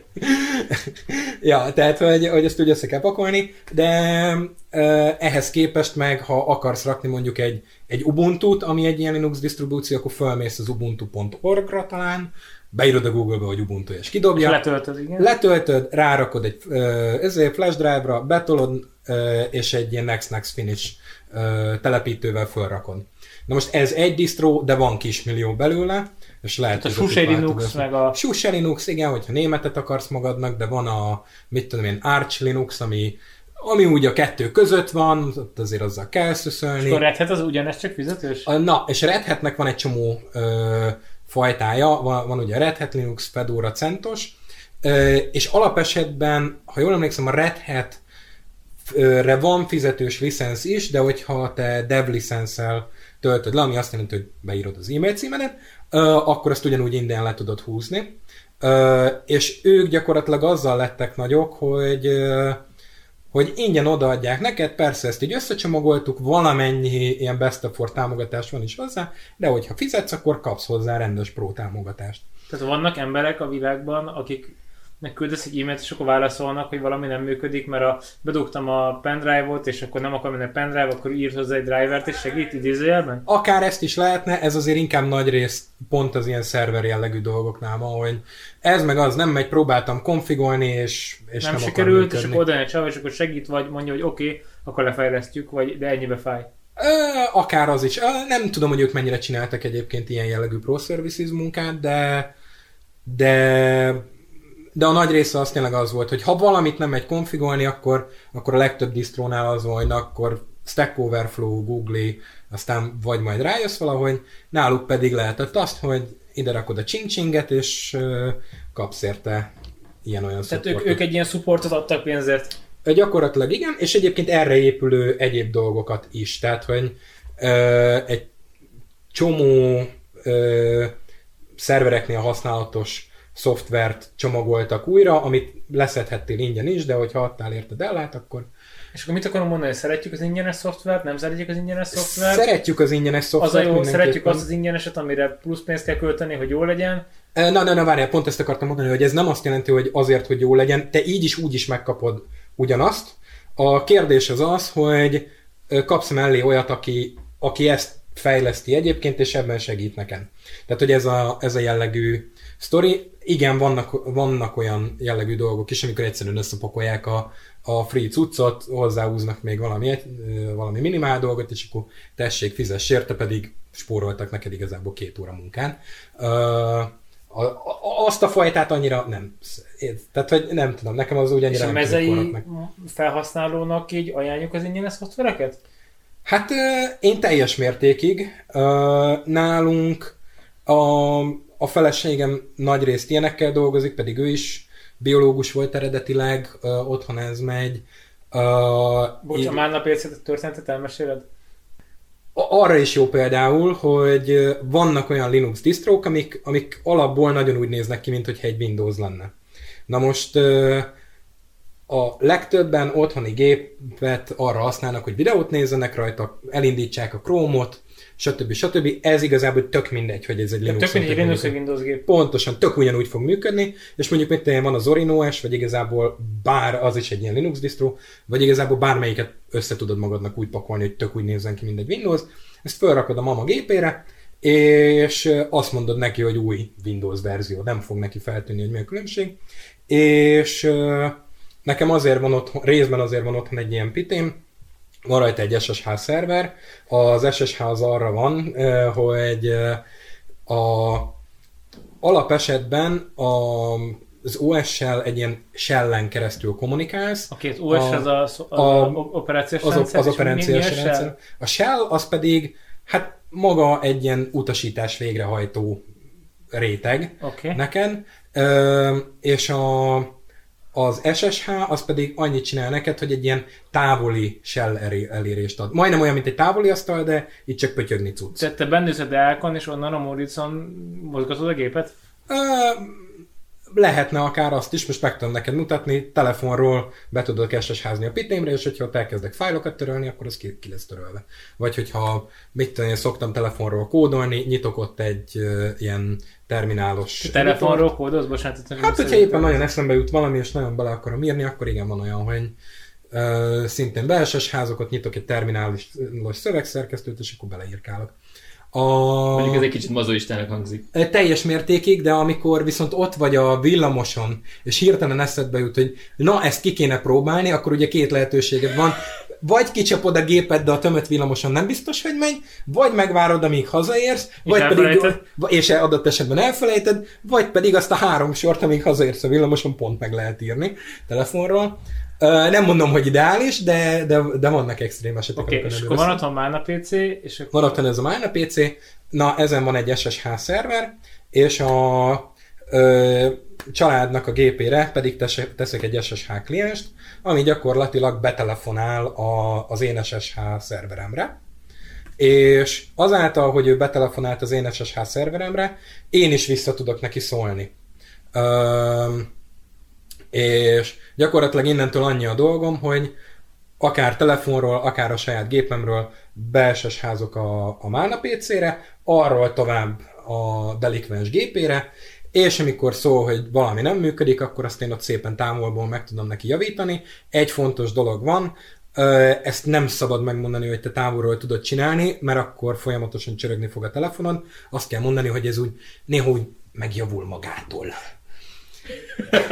Speaker 2: Ja, tehát, hogy, hogy ezt úgy össze kell pakolni, de eh, ehhez képest meg, ha akarsz rakni mondjuk egy, egy Ubuntu-t, ami egy ilyen Linux disztribúció, akkor fölmész az ubuntu pont org-ra talán, beírod a Google-be, hogy Ubuntu, és kidobja.
Speaker 1: És letöltöd, igen.
Speaker 2: Letöltöd, rárakod egy uh, ezért flash drive-ra, betolod, uh, és egy ilyen next next finish uh, telepítővel fölrakod. Na most ez egy distro, de van kismillió belőle, és lehet,
Speaker 1: tehát
Speaker 2: hogy
Speaker 1: a SUSE Linux, meg a...
Speaker 2: SUSE Linux, igen, hogyha németet akarsz magadnak, de van a, mit tudom én, Arch Linux, ami, ami úgy a kettő között van, ott azért azzal kell szöszölni.
Speaker 1: És a Red Hat az ugyanez, csak fizetős?
Speaker 2: A, na, és a Red Hatnek van egy csomó ö, fajtája, van, van ugye Red Hat Linux, Fedora, CentOS, ö, és alapesetben, ha jól emlékszem, a Red Hat-re van fizetős licensz is, de hogyha te dev licenszel töltöd le, ami azt jelenti, hogy beírod az e-mail címedet, akkor azt ugyanúgy ingyen le tudod húzni. És ők gyakorlatilag azzal lettek nagyok, hogy, hogy ingyen odaadják neked, persze ezt így összecsomagoltuk, valamennyi ilyen best of for támogatás van is hozzá, de hogyha fizetsz, akkor kapsz hozzá rendes pro támogatást.
Speaker 1: Tehát vannak emberek a világban, akik megküldesz egy e-mailt, és akkor válaszolnak, hogy valami nem működik, mert a, bedugtam a pendrive-ot, és akkor nem akar menni a pendrive, akkor írt hozzá egy drivert, és segít idézőjelben?
Speaker 2: Akár ezt is lehetne, ez azért inkább nagy rész pont az ilyen szerver jellegű dolgoknál van, hogy ez meg az nem megy, próbáltam konfigolni, és, és nem,
Speaker 1: nem
Speaker 2: nem
Speaker 1: sikerült,
Speaker 2: akar
Speaker 1: és akkor oda egy csavar, és akkor segít, vagy mondja, hogy oké, okay, akkor lefejlesztjük, vagy de ennyibe fáj.
Speaker 2: Akár az is. Nem tudom, hogy ők mennyire csináltak egyébként ilyen jellegű Pro Services munkát, de de de a nagy része az tényleg az volt, hogy ha valamit nem megy konfigolni, akkor, akkor a legtöbb distrónál az volt, akkor Stack Overflow, Google, aztán vagy majd rájössz valahogy, náluk pedig lehetett azt, hogy ide rakod a csing-csinget, és kapsz érte ilyen-olyan
Speaker 1: Tehát
Speaker 2: supportot.
Speaker 1: ők, ők egy ilyen supportot adtak pénzért?
Speaker 2: Gyakorlatilag igen, és egyébként erre épülő egyéb dolgokat is. Tehát, hogy ö, egy csomó ö, szervereknél használatos szoftvert csomagoltak újra, amit leszedhettél ingyen is, de hogyha adtál érte Dellát, akkor...
Speaker 1: És akkor mit akarom mondani, hogy szeretjük az ingyenes szoftvert, nem szeretjük az ingyenes szoftvert?
Speaker 2: Szeretjük az ingyenes szoftvert.
Speaker 1: Az a jó, szeretjük azt az ingyeneset, amire plusz pénzt kell költeni, hogy jó legyen.
Speaker 2: Na, na, na, várjál, pont ezt akartam mondani, hogy ez nem azt jelenti, hogy azért, hogy jó legyen, te így is úgy is megkapod ugyanazt. A kérdés az az, hogy kapsz mellé olyat, aki, aki ezt fejleszti egyébként, és ebben segít nekem. Tehát, hogy ez a, ez a jellegű sztori. Igen, vannak, vannak olyan jellegű dolgok is, amikor egyszerűen összepakolják a, a free cuccot, hozzáhúznak még valami, valami minimál dolgot, és akkor tessék, fizess érte, pedig spóroltak neked igazából két óra munkán. A, a, azt a fajtát annyira nem. Tehát, hogy nem tudom, nekem az úgy annyira
Speaker 1: nem. És a mezei felhasználónak így ajánljuk az ingyenes szoftvereket?
Speaker 2: Hát én teljes mértékig. Nálunk a, a feleségem nagyrészt ilyenekkel dolgozik, pedig ő is biológus volt eredetileg, otthon ez megy.
Speaker 1: Bocs, a Málna pé cé történetet elmeséled?
Speaker 2: Arra is jó például, hogy vannak olyan Linux distrók, amik, amik alapból nagyon úgy néznek ki, mintha egy Windows lenne. Na most a legtöbben otthoni gépet arra használnak, hogy videót nézzenek rajta, elindítsák a Chrome-ot, stb. stb. Ez igazából tök mindegy, hogy ez egy Linux.
Speaker 1: Tök mindegy, Linux vagy Windows gép.
Speaker 2: Pontosan, tök ugyanúgy fog működni, és mondjuk mit van az Zorin o es, vagy igazából bár az is egy ilyen Linux distro, vagy igazából bármelyiket össze tudod magadnak úgy pakolni, hogy tök úgy nézzen ki, mint egy Windows. Ezt felrakod a mama gépére, és azt mondod neki, hogy új Windows verzió, nem fog neki feltűnni, hogy mi a különbség. És nekem azért van otthon, részben azért van otthon egy ilyen pitém, van rajta egy es es há szerver, az es es há az arra van, hogy a alapesetben a, az o es-sel egy ilyen shell-en keresztül kommunikálsz.
Speaker 1: A két o es
Speaker 2: a,
Speaker 1: az a, a,
Speaker 2: a,
Speaker 1: a operációs
Speaker 2: az,
Speaker 1: rendszer,
Speaker 2: az operációs
Speaker 1: mi, mi
Speaker 2: rendszer.
Speaker 1: shell?
Speaker 2: A shell az pedig hát maga egy ilyen utasítás végrehajtó réteg
Speaker 1: okay.
Speaker 2: neked, Ö, és a az es es há az pedig annyit csinál neked, hogy egy ilyen távoli shell elérést ad. Majdnem olyan, mint egy távoli asztal, de itt csak pötyögni cucc.
Speaker 1: Tehát te bennülsz a Dell-kon, és onnan a Maurizon mozgatod a gépet?
Speaker 2: Ö, lehetne akár azt is, most meg tudom neked mutatni, telefonról be tudod es es házni a pitémre, és hogyha ott elkezdek fájlokat törölni, akkor az ki, ki lesz törölve. Vagy hogyha, mit tudom, én szoktam telefonról kódolni, nyitok ott egy uh, ilyen terminálos...
Speaker 1: Te telefonról kódolsz? Bocsánat,
Speaker 2: hát, hogyha éppen nagyon eszembe jut valami, és nagyon bele akarom írni, akkor igen, van olyan, hogy uh, szintén be es es házokat nyitok egy terminális szövegszerkesztőt, és akkor beleírkálok.
Speaker 3: A... Mondjuk ez egy kicsit mazoistának hangzik.
Speaker 2: Teljes mértékig, de amikor viszont ott vagy a villamoson, és hirtelen eszedbe jut, hogy na, ezt ki kéne próbálni, akkor ugye két lehetőséged van. Vagy kicsapod a géped, de a tömött villamoson nem biztos, hogy megy, vagy megvárod, amíg hazaérsz, és vagy pedig, és adott esetben elfelejted, vagy pedig azt a három sort, amíg hazaérsz a villamoson, pont meg lehet írni telefonról. Uh, nem mondom, hogy ideális, de, de, de vannak extrém esetek.
Speaker 1: Oké, okay, és akkor van otthon Málna pé cé, és akkor...
Speaker 2: Van otthon ez a Málna pé cé, na ezen van egy es es há szerver, és a ö, családnak a gépére pedig teszek egy es es há klienst, ami gyakorlatilag betelefonál a, az én es es há szerveremre, és azáltal, hogy ő betelefonált az én es es há szerveremre, én is vissza tudok neki szólni. Ö, és gyakorlatilag innentől annyi a dolgom, hogy akár telefonról, akár a saját gépemről be es es házok a, a Málna pé cére, arról tovább a delikvens gépére, és amikor szól, hogy valami nem működik, akkor azt én ott szépen távolból meg tudom neki javítani. Egy fontos dolog van, ezt nem szabad megmondani, hogy te távolról tudod csinálni, mert akkor folyamatosan csörögni fog a telefonod. Azt kell mondani, hogy ez úgy néha úgy megjavul magától.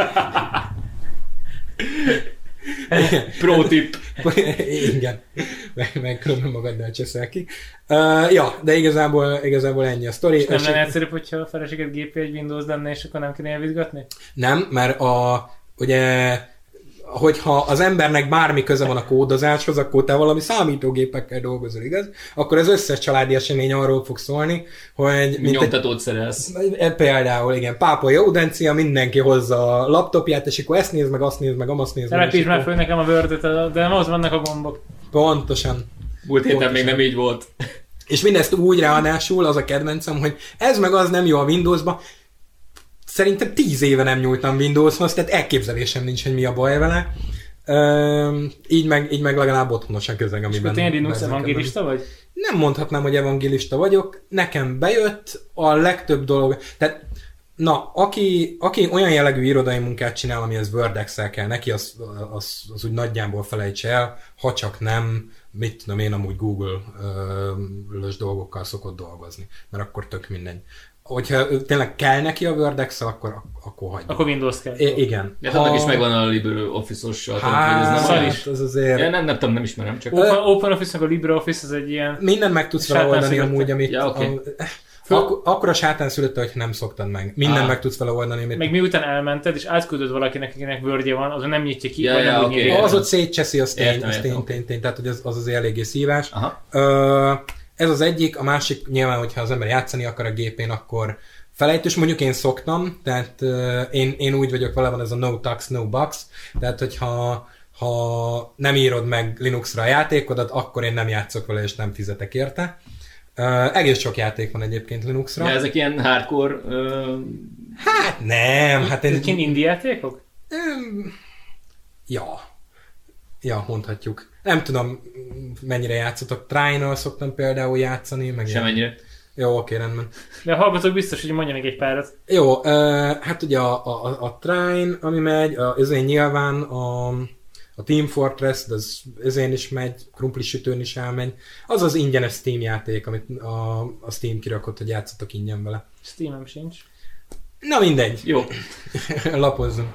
Speaker 3: Pro tip.
Speaker 2: Igen. meg, meg különben magaddal cseszel ki. Uh, ja, de igazából, igazából ennyi a sztori.
Speaker 1: És nem lenne egyszerűbb, hogyha a feleséget gépé egy Windows lenne, és akkor nem kéne elvizsgatni?
Speaker 2: Nem, mert a, ugye, hogyha az embernek bármi köze van a kódozáshoz, akkor te valami számítógépekkel dolgozol, igaz? Akkor az összes családi esemény arról fog szólni, hogy...
Speaker 3: Nyomtatót szerelsz.
Speaker 2: Például, igen, pápai audencia, mindenki hozza a laptopját, és akkor ezt nézd meg, azt nézd meg, azt nézd meg.
Speaker 1: Telepíts már föl nekem a Word-et, de nem az vannak a gombok.
Speaker 2: Pontosan.
Speaker 3: Múlt héten Pontosan. Még nem így volt.
Speaker 2: És mindezt úgy ráadásul, az a kedvencem, hogy ez meg az nem jó a Windowsba. Szerintem tíz éve nem nyúltam Windowshoz, tehát elképzelésem nincs, hogy mi a baj vele. Üm, így, meg, így meg legalább otthonos a közeg, amiben...
Speaker 1: És te Linux evangélista vagy?
Speaker 2: Nem mondhatnám, hogy evangélista vagyok. Nekem bejött a legtöbb dolog. Tehát, na, aki, aki olyan jellegű irodai munkát csinál, amihez Word Excel kell neki, az, az, az úgy nagyjából felejtse el, ha csak nem, mit tudom én, amúgy Google-ös dolgokkal szokott dolgozni, mert akkor tök mindegy. Hogyha tényleg kell neki a Word Excel, akkor, akkor hagyja.
Speaker 1: Akkor Windows kell.
Speaker 2: I- igen.
Speaker 3: Ja, ha... is megvan a LibreOffice-os.
Speaker 2: Hát,
Speaker 3: nem
Speaker 2: is. Az azért...
Speaker 3: Ja, nem, nem tudom, nem ismerem, csak...
Speaker 1: Open, OpenOffice-nak a LibreOffice az egy ilyen...
Speaker 2: Minden meg tudsz vele oldani amúgy, amit...
Speaker 3: Ja, okay.
Speaker 2: a... Ak- akkor a sátán szülötte, hogy nem szoktad meg. Minden ah. meg tudsz vele oldani. Amit...
Speaker 1: Meg miután elmented, és átküldöd valakinek, akinek Wordje van, azon nem nyitja ki,
Speaker 3: ja,
Speaker 1: vagy
Speaker 3: ja,
Speaker 1: nem
Speaker 3: okay,
Speaker 1: úgy
Speaker 2: Az ott szétcseszi, az tény,
Speaker 3: értem,
Speaker 2: az tény,
Speaker 3: értem,
Speaker 2: tény, tény, tehát hogy az, az az eléggé szívás.
Speaker 3: Aha.
Speaker 2: Ö, ez az egyik, a másik nyilván, hogyha az ember játszani akar a gépén, akkor felejtős, mondjuk én szoktam, tehát uh, én, én úgy vagyok vele, van ez a no tax, no bucks, tehát hogyha ha nem írod meg Linuxra a játékodat, akkor én nem játszok vele, és nem fizetek érte. Uh, egész sok játék van egyébként Linuxra.
Speaker 3: Ja, ezek ilyen hardcore... Uh...
Speaker 2: Hát nem, hát én...
Speaker 1: Ezek ilyen indie játékok?
Speaker 2: Um, ja. Ja, mondhatjuk. Nem tudom, mennyire játszotok. Trine-nal szoktam például játszani. Meg
Speaker 3: Semennyire.
Speaker 2: Jó, oké, rendben.
Speaker 1: De a hallgatók biztos, hogy mondjanak egy párat.
Speaker 2: Jó, uh, hát ugye a, a, a Trine, ami megy, ezért nyilván a, a Team Fortress, de az ezén is megy, krumplisütőn is elmegy. Az az ingyenes Steam játék, amit a, a Steam kirakott, hogy játszatok ingyen vele.
Speaker 1: Steamem sincs.
Speaker 2: Na mindegy.
Speaker 3: Jó.
Speaker 2: Lapozzunk.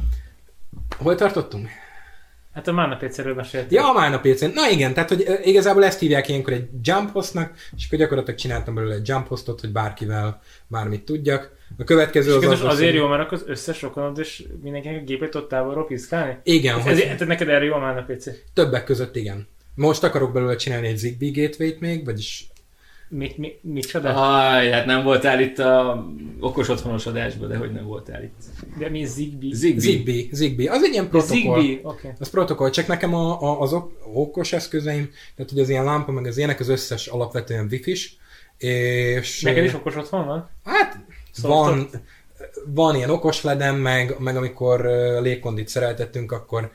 Speaker 2: Hol tartottunk?
Speaker 1: Hát a Mána pé céről meséltél.
Speaker 2: Ja, a Mána pé cén. Na igen, tehát hogy igazából ezt hívják ilyenkor egy jump hostnak, és akkor gyakorlatilag csináltam belőle egy jump hostot, hogy bárkivel bármit tudjak. A következő
Speaker 1: és
Speaker 2: az, az
Speaker 1: azért
Speaker 2: az,
Speaker 1: jó, mert akkor az összes rokonod és mindenkinek a gépét ott távolról piszkálni?
Speaker 2: Igen.
Speaker 1: Ez,
Speaker 2: hogy...
Speaker 1: ezért neked erre jó a Mána pé cé?
Speaker 2: Többek között igen. Most akarok belőle csinálni egy Zigbee gateway-t még, vagyis...
Speaker 1: Mit, mit, mit csodál?
Speaker 3: Aj, hát nem voltál itt a okos otthonos adásban, de hogy nem voltál itt.
Speaker 1: De mi Zigbee?
Speaker 3: Zigbee.
Speaker 2: Zigbee, Zigbee. Az egy ilyen protokoll.
Speaker 1: Zigbee, oké. Okay.
Speaker 2: Az protokoll, csak nekem a, a, az okos eszközeim, tehát hogy az ilyen lámpa, meg az ilyenek, az összes alapvetően wifi-s, és...
Speaker 1: Neked is okos otthon van?
Speaker 2: Hát van, van ilyen okos ledem, meg, meg amikor légkondit szereltettünk, akkor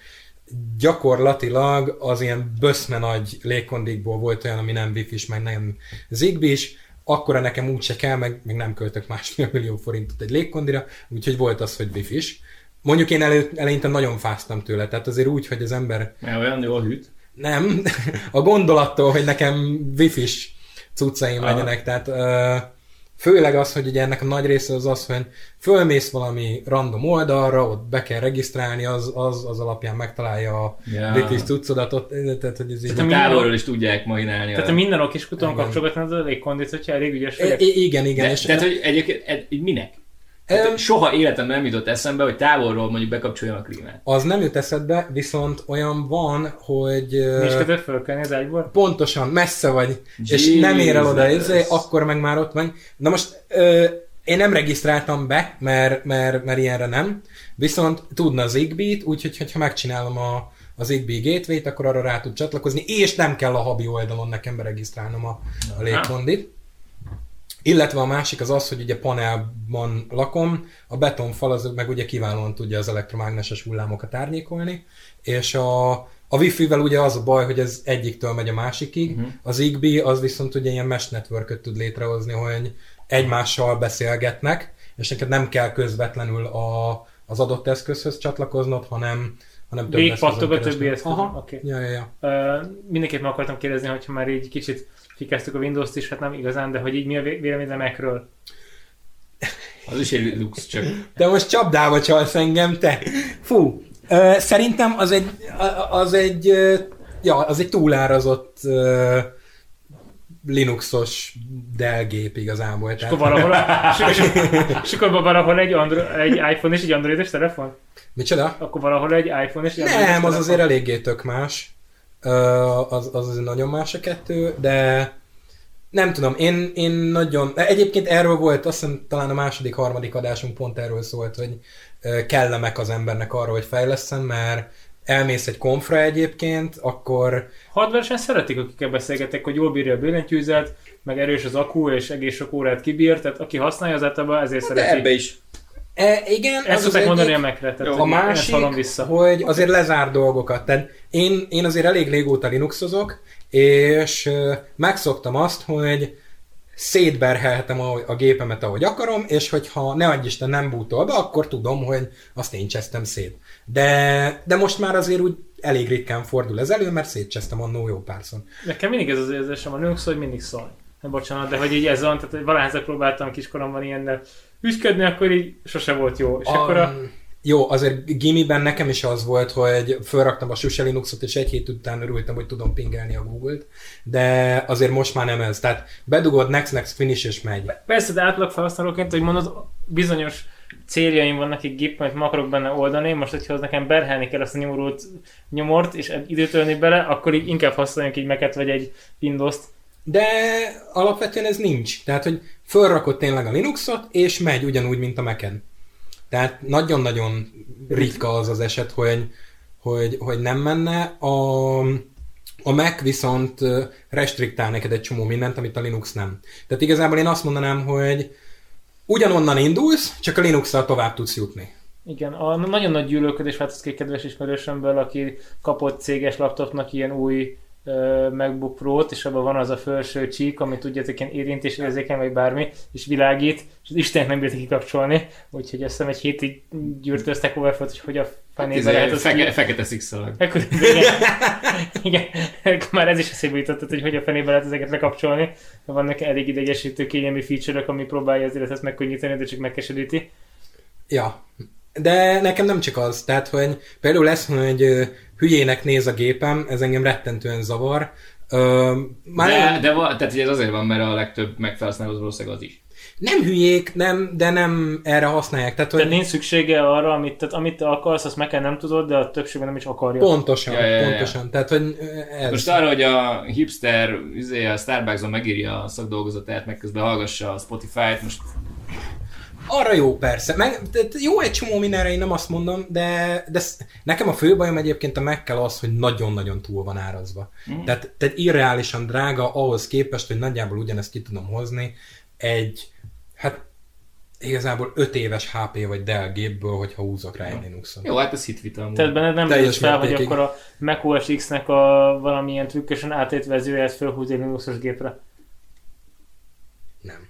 Speaker 2: gyakorlatilag az ilyen böszme nagy légkondikból volt olyan, ami nem wifi-s, meg nem Zigbee-s, akkora nekem úgyse kell, meg, meg nem költök másfél millió forintot egy légkondira, úgyhogy volt az, hogy wifi-s. Mondjuk én elő, eleinte nagyon fáztam tőle, tehát azért úgy, hogy az ember...
Speaker 3: Mert olyan jól hűt?
Speaker 2: Nem, a gondolattól, hogy nekem wifi-s cuccaim
Speaker 3: Aha.
Speaker 2: legyenek, tehát... Uh, főleg az, hogy ugye ennek a nagy része az az, hogy fölmész valami random oldalra, ott be kell regisztrálni, az, az, az alapján megtalálja a
Speaker 3: ja.
Speaker 2: wifi-s cuccodat, ott, tehát hogy ez így...
Speaker 3: Tehát távolról is tudják mahinálni.
Speaker 1: Tehát a minden okis kuton kapcsolatban az elég kondit, hogyha elég ügyes
Speaker 2: vagyok. I- igen, igen.
Speaker 3: De,
Speaker 2: és
Speaker 3: tehát, hogy egyébként ed, minek? Tehát, soha életemben nem jutott eszembe, hogy távolról mondjuk bekapcsoljam a klímát.
Speaker 2: Az nem jut eszedbe, viszont olyan van, hogy...
Speaker 1: Nincs kedved fölkelni az ágyból?
Speaker 2: Pontosan, messze vagy,
Speaker 3: Jesus.
Speaker 2: és nem ér el oda, ezért, akkor meg már ott vagy. Na most ö, én nem regisztráltam be, mert, mert, mert ilyenre nem, viszont tudna Zigbee-t, úgyhogy ha megcsinálom a, a Zigbee gateway-t, akkor arra rá tud csatlakozni, és nem kell a habi oldalon nekem beregisztrálnom a, a légkondit. Illetve a másik az az, hogy ugye panelban lakom, a betonfal az meg ugye kiválóan tudja az elektromágneses hullámokat árnyékolni, és a, a Wi-Fi-vel ugye az a baj, hogy ez egyiktől megy a másikig, uh-huh. az Zigbee az viszont ugye ilyen mesh networköt tud létrehozni, hogy egymással beszélgetnek, és neked nem kell közvetlenül a, az adott eszközhöz csatlakoznod, hanem hanem több
Speaker 1: végpattog a többi eszköz.
Speaker 2: Aha,
Speaker 1: okay.
Speaker 2: ja, ja, ja.
Speaker 1: Uh, mindenképpen akartam kérdezni, hogyha már így kicsit fikáztuk a Windows-t is, hát nem igazán, de hogy így mi a véleményed a Mac-ről?
Speaker 3: Az is egy Linux csak.
Speaker 2: De most csapdába csalsz engem, te! Fú! Uh, szerintem az egy, az egy uh, Ja, az egy túlárazott uh, Linuxos Dell gép igazából.
Speaker 1: És akkor valahol, és akkor valahol egy, Andro- egy iPhone és egy Androidos telefon?
Speaker 2: Micsoda?
Speaker 1: Akkor valahol egy iPhone és egy Androidos
Speaker 2: Nem, az
Speaker 1: telefon?
Speaker 2: azért eléggé tök más. Uh, az, az azért nagyon más a kettő, de nem tudom, én, én nagyon... Egyébként erről volt, azt hiszem talán a második, harmadik adásunk pont erről szólt, hogy uh, kellemek az embernek arra, hogy fejleszten, mert elmész egy konfra egyébként, akkor...
Speaker 1: Hardveresen szeretik, akikkel beszélgetek, hogy jól bírja a billentyűzet, meg erős az akku, és egész sok órát kibír, tehát aki használja az általában, ezért
Speaker 3: De
Speaker 1: szeretik.
Speaker 3: ebbe is.
Speaker 2: E, igen,
Speaker 1: Ezt szokták mondani a Mac-re,
Speaker 2: tehát a másik,
Speaker 1: vissza.
Speaker 2: hogy azért lezár dolgokat. Tehát én, én azért elég régóta Linuxozok, és uh, megszoktam azt, hogy szétberhelhetem a, a gépemet, ahogy akarom, és hogyha ne adj Isten nem bootol be, akkor tudom, hogy azt én csesztem szét. De, de most már azért úgy elég ritkán fordul ez elő, mert szétcsesztem annó jó párszor.
Speaker 1: Nekem mindig ez az érzésem a Linux, hogy mindig szar. Bocsánat, de hogy így ez van, tehát valahányszor próbáltam kiskoromban ilyennel ügyködni, akkor így sose volt jó. És
Speaker 2: a,
Speaker 1: akkor a...
Speaker 2: Jó, azért gimiben nekem is az volt, hogy felraktam a SUSE Linuxot, és egy hét után örültem, hogy tudom pingelni a Google-t, de azért most már nem ez. Tehát bedugod next, next, finish, és megy.
Speaker 1: Persze, de átlag felhasználóként, hogy mondod, bizonyos céljaim vannak egy gépen, amit meg akarok benne oldani, most, hogyha az nekem berhelni kell azt a nyomorult nyomort, és időt ölni bele, akkor így inkább használjunk egy Mac-et, vagy egy Windows-t.
Speaker 2: De alapvetően ez nincs. Tehát, hogy felrakod tényleg a Linuxot, és megy ugyanúgy, mint a Mac-en. Tehát nagyon-nagyon ritka az az eset, hogy, hogy, hogy nem menne. A, a Mac viszont restriktál neked egy csomó mindent, amit a Linux nem. Tehát igazából én azt mondanám, hogy ugyanonnan indulsz, csak a Linuxsal tovább tudsz jutni.
Speaker 1: Igen, a nagyon nagy gyűlölködés változott ki egy kedves ismerősömből, aki kapott céges laptopnak ilyen új uh, MacBook Pro-t, és abban van az a felső csík, amit tudjátok, ilyen érintésérzékeny vagy bármi, és világít, és az Istenek nem bírta kikapcsolni, úgyhogy azt hiszem egy hétig gyűrtöztek overflow-t, hogy hogy a fenébe lehet az
Speaker 3: feke,
Speaker 1: ki...
Speaker 3: Fekete szikszalag.
Speaker 1: Ekkor, igen, igen, akkor már ez is eszébe jutott, hogy hogy a fenébe lehet ezeket lekapcsolni. Vannak elég idegesítő kényelmi feature-ök, ami próbálja az életet megkönnyíteni, de csak megkeseríti.
Speaker 2: Ja, de nekem nem csak az, tehát hogy például lesz, hogy hülyének néz a gépem, ez engem rettentően zavar. Uh,
Speaker 3: már de, nem... de va, tehát ez azért van, mert a legtöbb megfelhasználó valószínűleg az is.
Speaker 2: Nem hülyék, nem, de nem erre használják. Tehát,
Speaker 1: tehát
Speaker 2: hogy...
Speaker 1: nincs szüksége arra, amit, tehát, amit te akarsz, azt meg kell nem tudod, de a többségben nem is akarja.
Speaker 2: Pontosan,
Speaker 3: ja, ja, ja,
Speaker 2: pontosan.
Speaker 3: Ja.
Speaker 2: Tehát, hogy ez...
Speaker 3: Most arra, hogy a hipster a Starbuckson megírja a szakdolgozatát, meg közben hallgassa a Spotify-t, most...
Speaker 2: Arra jó, persze. Meg, jó egy csomó mindenre, én nem azt mondom, de, de nekem a fő bajom egyébként a Mac-kel az, hogy nagyon-nagyon túl van árazva. Mm. Tehát, tehát irreálisan drága ahhoz képest, hogy nagyjából ugyanezt ki tudom hozni egy, hát igazából öt éves há pé vagy Dell gépből, hogyha húzok rá egy Linuxon.
Speaker 3: Jó, hát ez hitvita.
Speaker 1: Tehát benned nem lőtt fel, hogy akkor a macOS X-nek a valamilyen trükkösen átét verzióját felhúzni egy Linuxos gépre?
Speaker 2: Nem.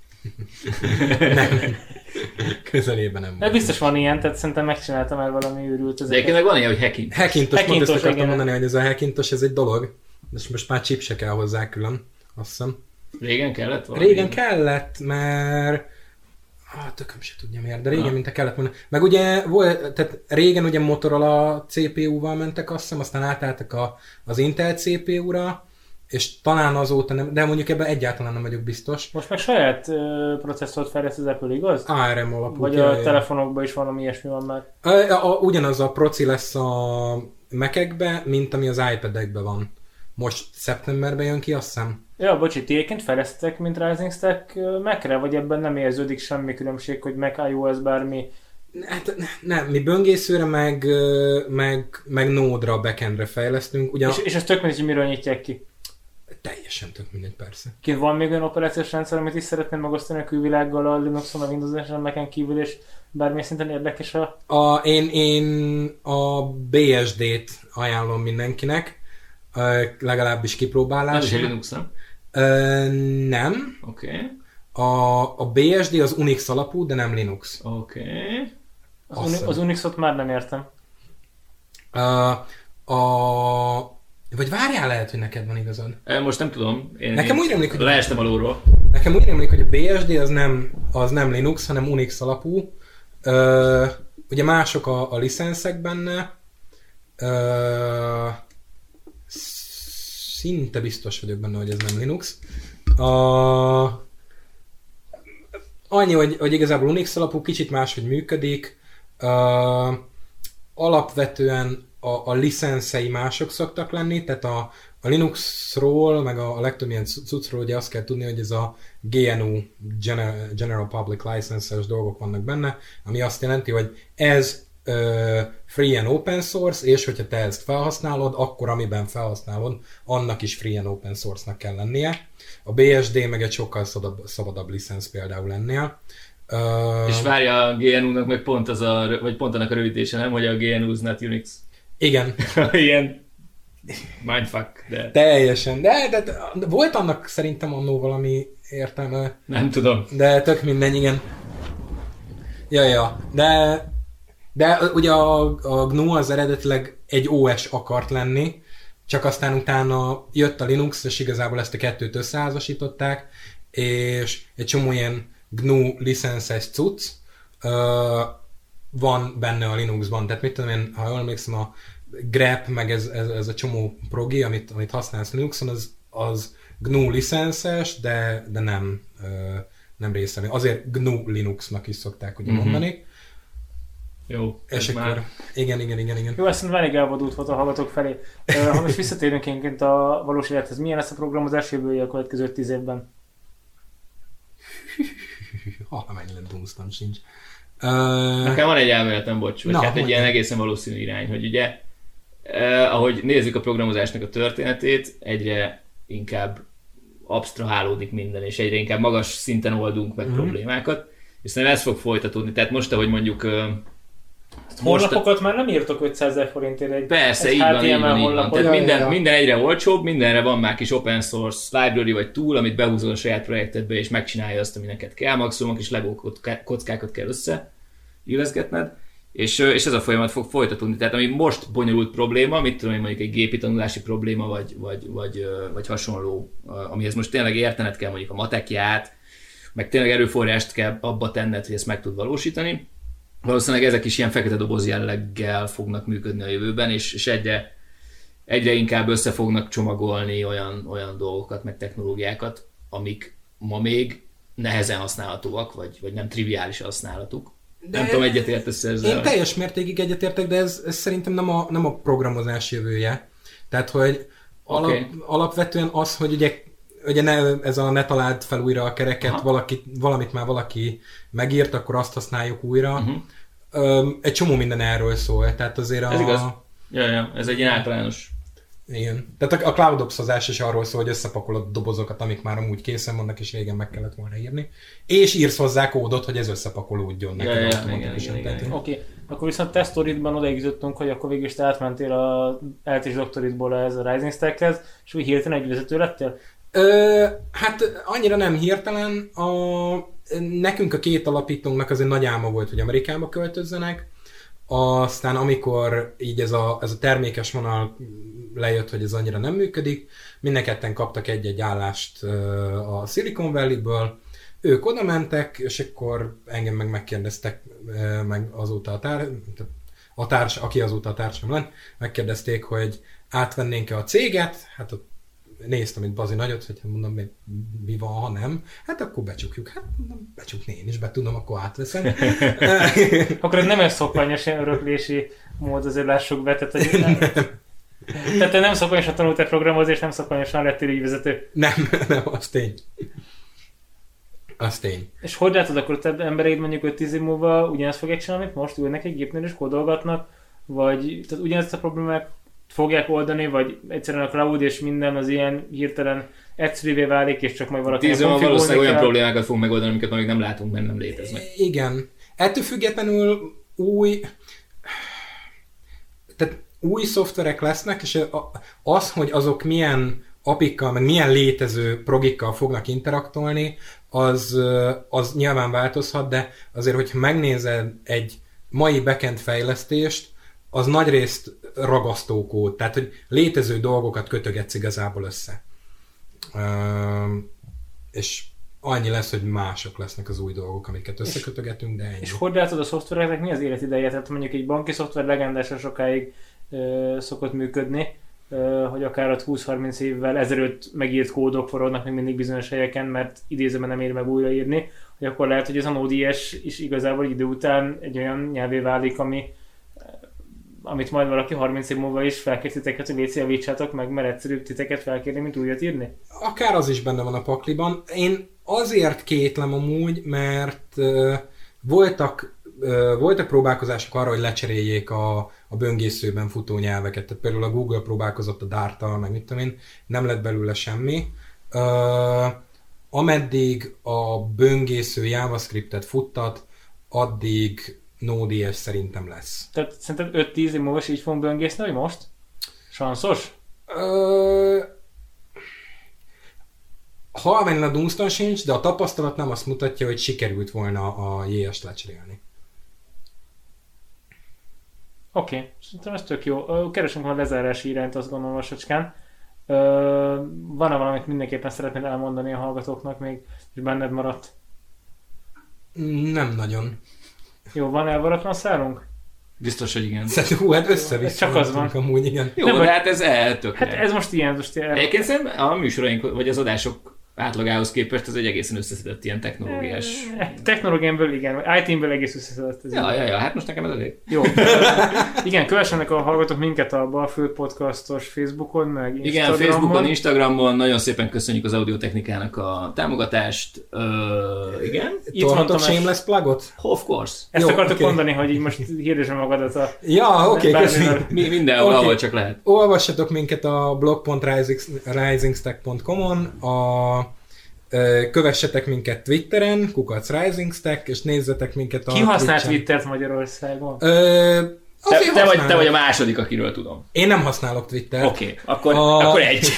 Speaker 2: nem. Közelében nem.
Speaker 1: De biztos van ilyen, tehát szerintem megcsináltam már valami őrült.
Speaker 3: De egyébként meg van ilyen, hogy hacking.
Speaker 2: Hackintos, pont ezt akartam mondani, hogy ez a hackintos, ez egy dolog. És most már chip se kell hozzá külön, azt hiszem.
Speaker 3: Régen kellett valami?
Speaker 2: Régen kellett, mert... Ah, tököm se tudja miért, de régen, ha. mint a kellett volna. Meg ugye volt, tehát régen ugye Motorola cé pé u-val mentek, azt hiszem, aztán átálltak a, az Intel cé pé u-ra, és talán azóta nem, de mondjuk ebben egyáltalán nem vagyok biztos.
Speaker 1: Most meg saját uh, processzort fejleszt az Apple, igaz?
Speaker 2: á er em alapú.
Speaker 1: Vagy a telefonokban is valami ilyesmi van már?
Speaker 2: A, a, a, ugyanaz a proci lesz a Mac-ekbe, mint ami az iPad-ekben van. Most szeptemberben jön ki, azt hiszem.
Speaker 1: Ja, bocsi, ti egyébként fejlesztettek, mint Rising Stack Mac-re, vagy ebben nem érződik semmi különbség, hogy Mac, iOS, bármi?
Speaker 2: Hát nem, mi böngészőre, meg, meg, meg Node-ra, backendre fejlesztünk. Ugyan...
Speaker 1: És, és ez tök mindegy, hogy miről nyitják ki?
Speaker 2: Teljesen tök mindegy, persze.
Speaker 1: Ki van még olyan operációs rendszer, amit is szeretném megosztani a külvilággal a Linuxon, a Windows-on, a Mac-en kívül, és bármilyen szinten érdekes a...
Speaker 2: a én, én a bé es dé-t ajánlom mindenkinek, legalábbis kipróbálásra.
Speaker 3: Ez is Linux, nem?
Speaker 2: Uh, nem.
Speaker 3: Oké. Okay.
Speaker 2: A, a bé es dé az Unix alapú, de nem Linux.
Speaker 3: Oké. Okay.
Speaker 1: Az, Uni- az Unixot már nem értem.
Speaker 2: Uh, a... Vagy várjál, lehet, hogy neked van igazad.
Speaker 3: Most nem tudom. Én
Speaker 2: nekem úgy remlik, hogy...
Speaker 3: leestem a lóról.
Speaker 2: Nekem úgy remlik, hogy a bé es dé az nem, az nem Linux, hanem Unix alapú. Uh, ugye mások a, a licenszek benne. Uh, szinte biztos vagyok benne, hogy ez nem Linux. A... Annyi, hogy, hogy igazából Unix alapú, kicsit máshogy működik. Uh, alapvetően a, a licenszei mások szoktak lenni, tehát a, a Linuxról, meg a, a legtöbb ilyen cuccról ugye azt kell tudni, hogy ez a gé en u, General, General Public Licenses dolgok vannak benne, ami azt jelenti, hogy ez uh, free and open source, és hogyha te ezt felhasználod, akkor amiben felhasználod, annak is free and open source-nak kell lennie. A bé es dé meg egy sokkal szabadabb, szabadabb licensz például lennél. Uh,
Speaker 3: és várja a gé en u-nak meg pont az a, vagy pont annak a rövidítése, nem, hogy a gé en u is not Unix.
Speaker 2: Igen.
Speaker 3: Ilyen mindfuck, de...
Speaker 2: Teljesen, de, de, de volt annak szerintem annó valami értelme.
Speaker 3: Nem tudom.
Speaker 2: De tök minden, igen. Ja, ja, de, de ugye a, a gé en u az eredetileg egy ó es akart lenni, csak aztán utána jött a Linux, és igazából ezt a kettőt összeházasították, és egy csomó ilyen gé en u licenszes cucc uh, van benne a Linuxban. Tehát mit tudom én, ha jól emlékszem, a grep, meg ez, ez, ez a csomó progi, amit, amit használsz Linuxon, az, az gé en u licenszes, de, de nem, uh, nem része. Azért gé en u Linuxnak is szokták ugye mm-hmm. mondani.
Speaker 3: Jó,
Speaker 2: és akkor,
Speaker 3: már...
Speaker 2: igen, igen, igen, igen.
Speaker 1: Jó, ezt szerintem elég elvadult volt a hallgatók felé. Ha most visszatérünk énként a valós élethez, milyen lesz a programozás jövője a következő tíz évben?
Speaker 2: Valamennyi dunsztam sincs.
Speaker 3: Uh... Nekem van egy elméletem, bocs, vagy hát egy ilyen egészen valószínű irány, hogy ugye, eh, ahogy nézzük a programozásnak a történetét, egyre inkább absztrahálódik minden, és egyre inkább magas szinten oldunk meg mm. problémákat, és szerintem ez fog folytatódni. Tehát most, ahogy mondjuk... Uh,
Speaker 1: honlapokat a... már nem írtok ötszázezer forintért egy
Speaker 3: Persze, így van, így van, így van. Tehát minden, ja. minden egyre olcsóbb, mindenre van már kis open source library vagy tool, amit behúzol a saját projektedbe, és megcsinálja azt, ami neked kell, maximum kis Lego kockákat kell összeilleszgetned, és, és ez a folyamat fog folytatódni. Tehát ami most bonyolult probléma, mit tudom én, mondjuk egy gépi tanulási probléma, vagy, vagy, vagy, vagy hasonló, amihez most tényleg értened kell mondjuk a matekját, meg tényleg erőforrást kell abba tenned, hogy ezt meg tud valósítani. Valószínűleg ezek is ilyen fekete doboz jelleggel fognak működni a jövőben, és, és egyre, egyre inkább össze fognak csomagolni olyan, olyan dolgokat, meg technológiákat, amik ma még nehezen használhatóak, vagy, vagy nem triviális használatuk. De nem tudom, egyetértesz ezzel?
Speaker 2: Én teljes mértékig egyetértek, de ez, ez szerintem nem a, nem a programozás jövője. Tehát, hogy alap, okay. alapvetően az, hogy ugye Ugye ne, ez a ne találd fel újra a kereket, valaki, valamit már valaki megírt, akkor azt használjuk újra. Uh-huh. Öm, egy csomó minden erről szól, tehát azért a...
Speaker 3: Ez igaz. Ja, ja, ez egy ilyen általános.
Speaker 2: Igen. Tehát a, a cloud-opszozás is arról szól, hogy összepakolod dobozokat, amik már amúgy készen vannak, és régen meg kellett volna írni. És írsz hozzá kódot, hogy ez összepakolódjon neked
Speaker 3: ja,
Speaker 2: automatikusan.
Speaker 1: Oké, okay. Akkor viszont te sztoridban odaig jutottunk, hogy akkor végül is te átmentél a el té es doktoridból ez a Rising Stackhez, és úgy hirtelen egy vezető lettél?
Speaker 2: Ö, hát annyira nem hirtelen. A, nekünk a két alapítónknak azért nagy álma volt, hogy Amerikába költözzenek. Aztán amikor így ez a, ez a termékes vonal lejött, hogy ez annyira nem működik, mindenketten kaptak egy-egy állást a Silicon Valley-ből. Ők oda mentek, és akkor engem meg megkérdeztek, meg azóta a, tár, a társ, aki azóta a társam lett, megkérdezték, hogy átvennénk-e a céget. Hát ott néztem itt Bazi nagyot, hogy mondom, mi, mi van, ha nem. Hát akkor becsukjuk. Hát mondom, becsukni én is, be tudom, akkor átveszem.
Speaker 1: Akkor ez nem egy szokványos ilyen öröklési mód, azért lássuk be. Tehát, hogy nem, tehát te nem szokványosan tanultál programozni, és nem szokványosan lettél így vezető.
Speaker 2: Nem, nem, az tény. Az tény.
Speaker 1: És hogy látod, akkor te embereid mondjuk öt-tíz év múlva ugyanezt fogják csinálni, amit most ülnek egy gépnél és kódolgatnak, vagy tehát ugyanezt a problémák fogják oldani, vagy egyszerűen a cloud és minden az ilyen hirtelen egyszerűvé válik, és csak majd valaki
Speaker 3: konfigurálni kell. Valószínűleg olyan problémákat fogunk megoldani, amiket még nem látunk, mert nem léteznek.
Speaker 2: Igen. Ettől függetlenül új... Tehát új szoftverek lesznek, és az, hogy azok milyen apikkal, meg milyen létező progikkal fognak interaktolni, az, az nyilván változhat, de azért, hogyha megnézed egy mai backend fejlesztést, az nagyrészt ragasztókód, tehát hogy létező dolgokat kötögetsz igazából össze. Üm, és annyi lesz, hogy mások lesznek az új dolgok, amiket összekötögetünk, de ennyi.
Speaker 1: És hogy látod a szoftvereknek mi az életideje? Tehát mondjuk egy banki szoftver legendásan sokáig ö, szokott működni, hogy akár ott húsz-harminc évvel ezelőtt megírt kódok forognak még mindig bizonyos helyeken, mert idézőben nem ér meg újraírni, hogy akkor lehet, hogy ez a Node.js is igazából idő után egy olyan nyelvé válik, ami, amit majd valaki harminc év múlva is felkér titeket, hogy légy javítsátok meg, mert egyszerűbb titeket felkérni, mint újat írni?
Speaker 2: Akár az is benne van a pakliban. Én azért kétlem amúgy, mert uh, voltak voltak próbálkozások arra, hogy lecseréljék a, a böngészőben futó nyelveket. Tehát például a Google próbálkozott a Dart-tal, meg mit tudom én, nem lett belőle semmi. Uh, ameddig a böngésző JavaScriptet futtat, addig Node.js szerintem lesz.
Speaker 1: Tehát szerinted öt-tíz év múlva is így fogunk böngészni, hogy most? Sanszos?
Speaker 2: Uh, Halvány a dunszton sincs, de a tapasztalat nem azt mutatja, hogy sikerült volna a jé es-t lecserélni.
Speaker 1: Oké, okay. Szerintem ez tök jó. Keresünk a lezárási irányt, azt gondolom lassacskán. Van-e valamit mindenképpen szeretnéd elmondani a hallgatóknak még, és benned maradt?
Speaker 2: Nem nagyon.
Speaker 1: Jó, van elvaratlan szálunk?
Speaker 3: Biztos, hogy igen.
Speaker 2: Szerintem, hú, hát össze-vissza.
Speaker 1: Csak az van.
Speaker 2: Amúgy, igen.
Speaker 3: Jó, nem, de hát ez eltökélet.
Speaker 1: Hát ez most ilyen. Most ilyen.
Speaker 3: Egyébként szerintem a műsoraink, vagy az adások átlagához képest ez egy egészen összeszedett ilyen technológiás...
Speaker 1: Technológiámből igen, i té-ből egész összeszedett. Ez
Speaker 3: ja, ja, ja, hát most nekem ez elég.
Speaker 1: Jó. Igen, kövessenek a hallgatók minket a Balföld Podcastos Facebookon, meg Instagramon.
Speaker 3: Igen, Facebookon, Instagramon, nagyon szépen köszönjük az Audiotechnikának a támogatást. Uh, igen.
Speaker 2: Tolhatok shameless plugot?
Speaker 3: Of course.
Speaker 1: Ezt
Speaker 2: Jó,
Speaker 1: akartok
Speaker 2: okay.
Speaker 1: mondani, hogy így most hirdesd magadat a...
Speaker 2: Ja, oké, okay, köszönjük.
Speaker 3: Mi mindenhol, okay. Ahol csak lehet.
Speaker 2: Olvassatok minket a blog pont rising stack pont com-on, a kövessetek minket Twitteren, kukac risingstack, és nézzetek minket a
Speaker 1: Ki használt Twittert Magyarországon?
Speaker 2: Ö,
Speaker 3: te, te, vagy, te vagy a második, akiről tudom.
Speaker 2: Én nem használok Twittert.
Speaker 3: Oké, okay, akkor,
Speaker 2: a...
Speaker 3: akkor egy.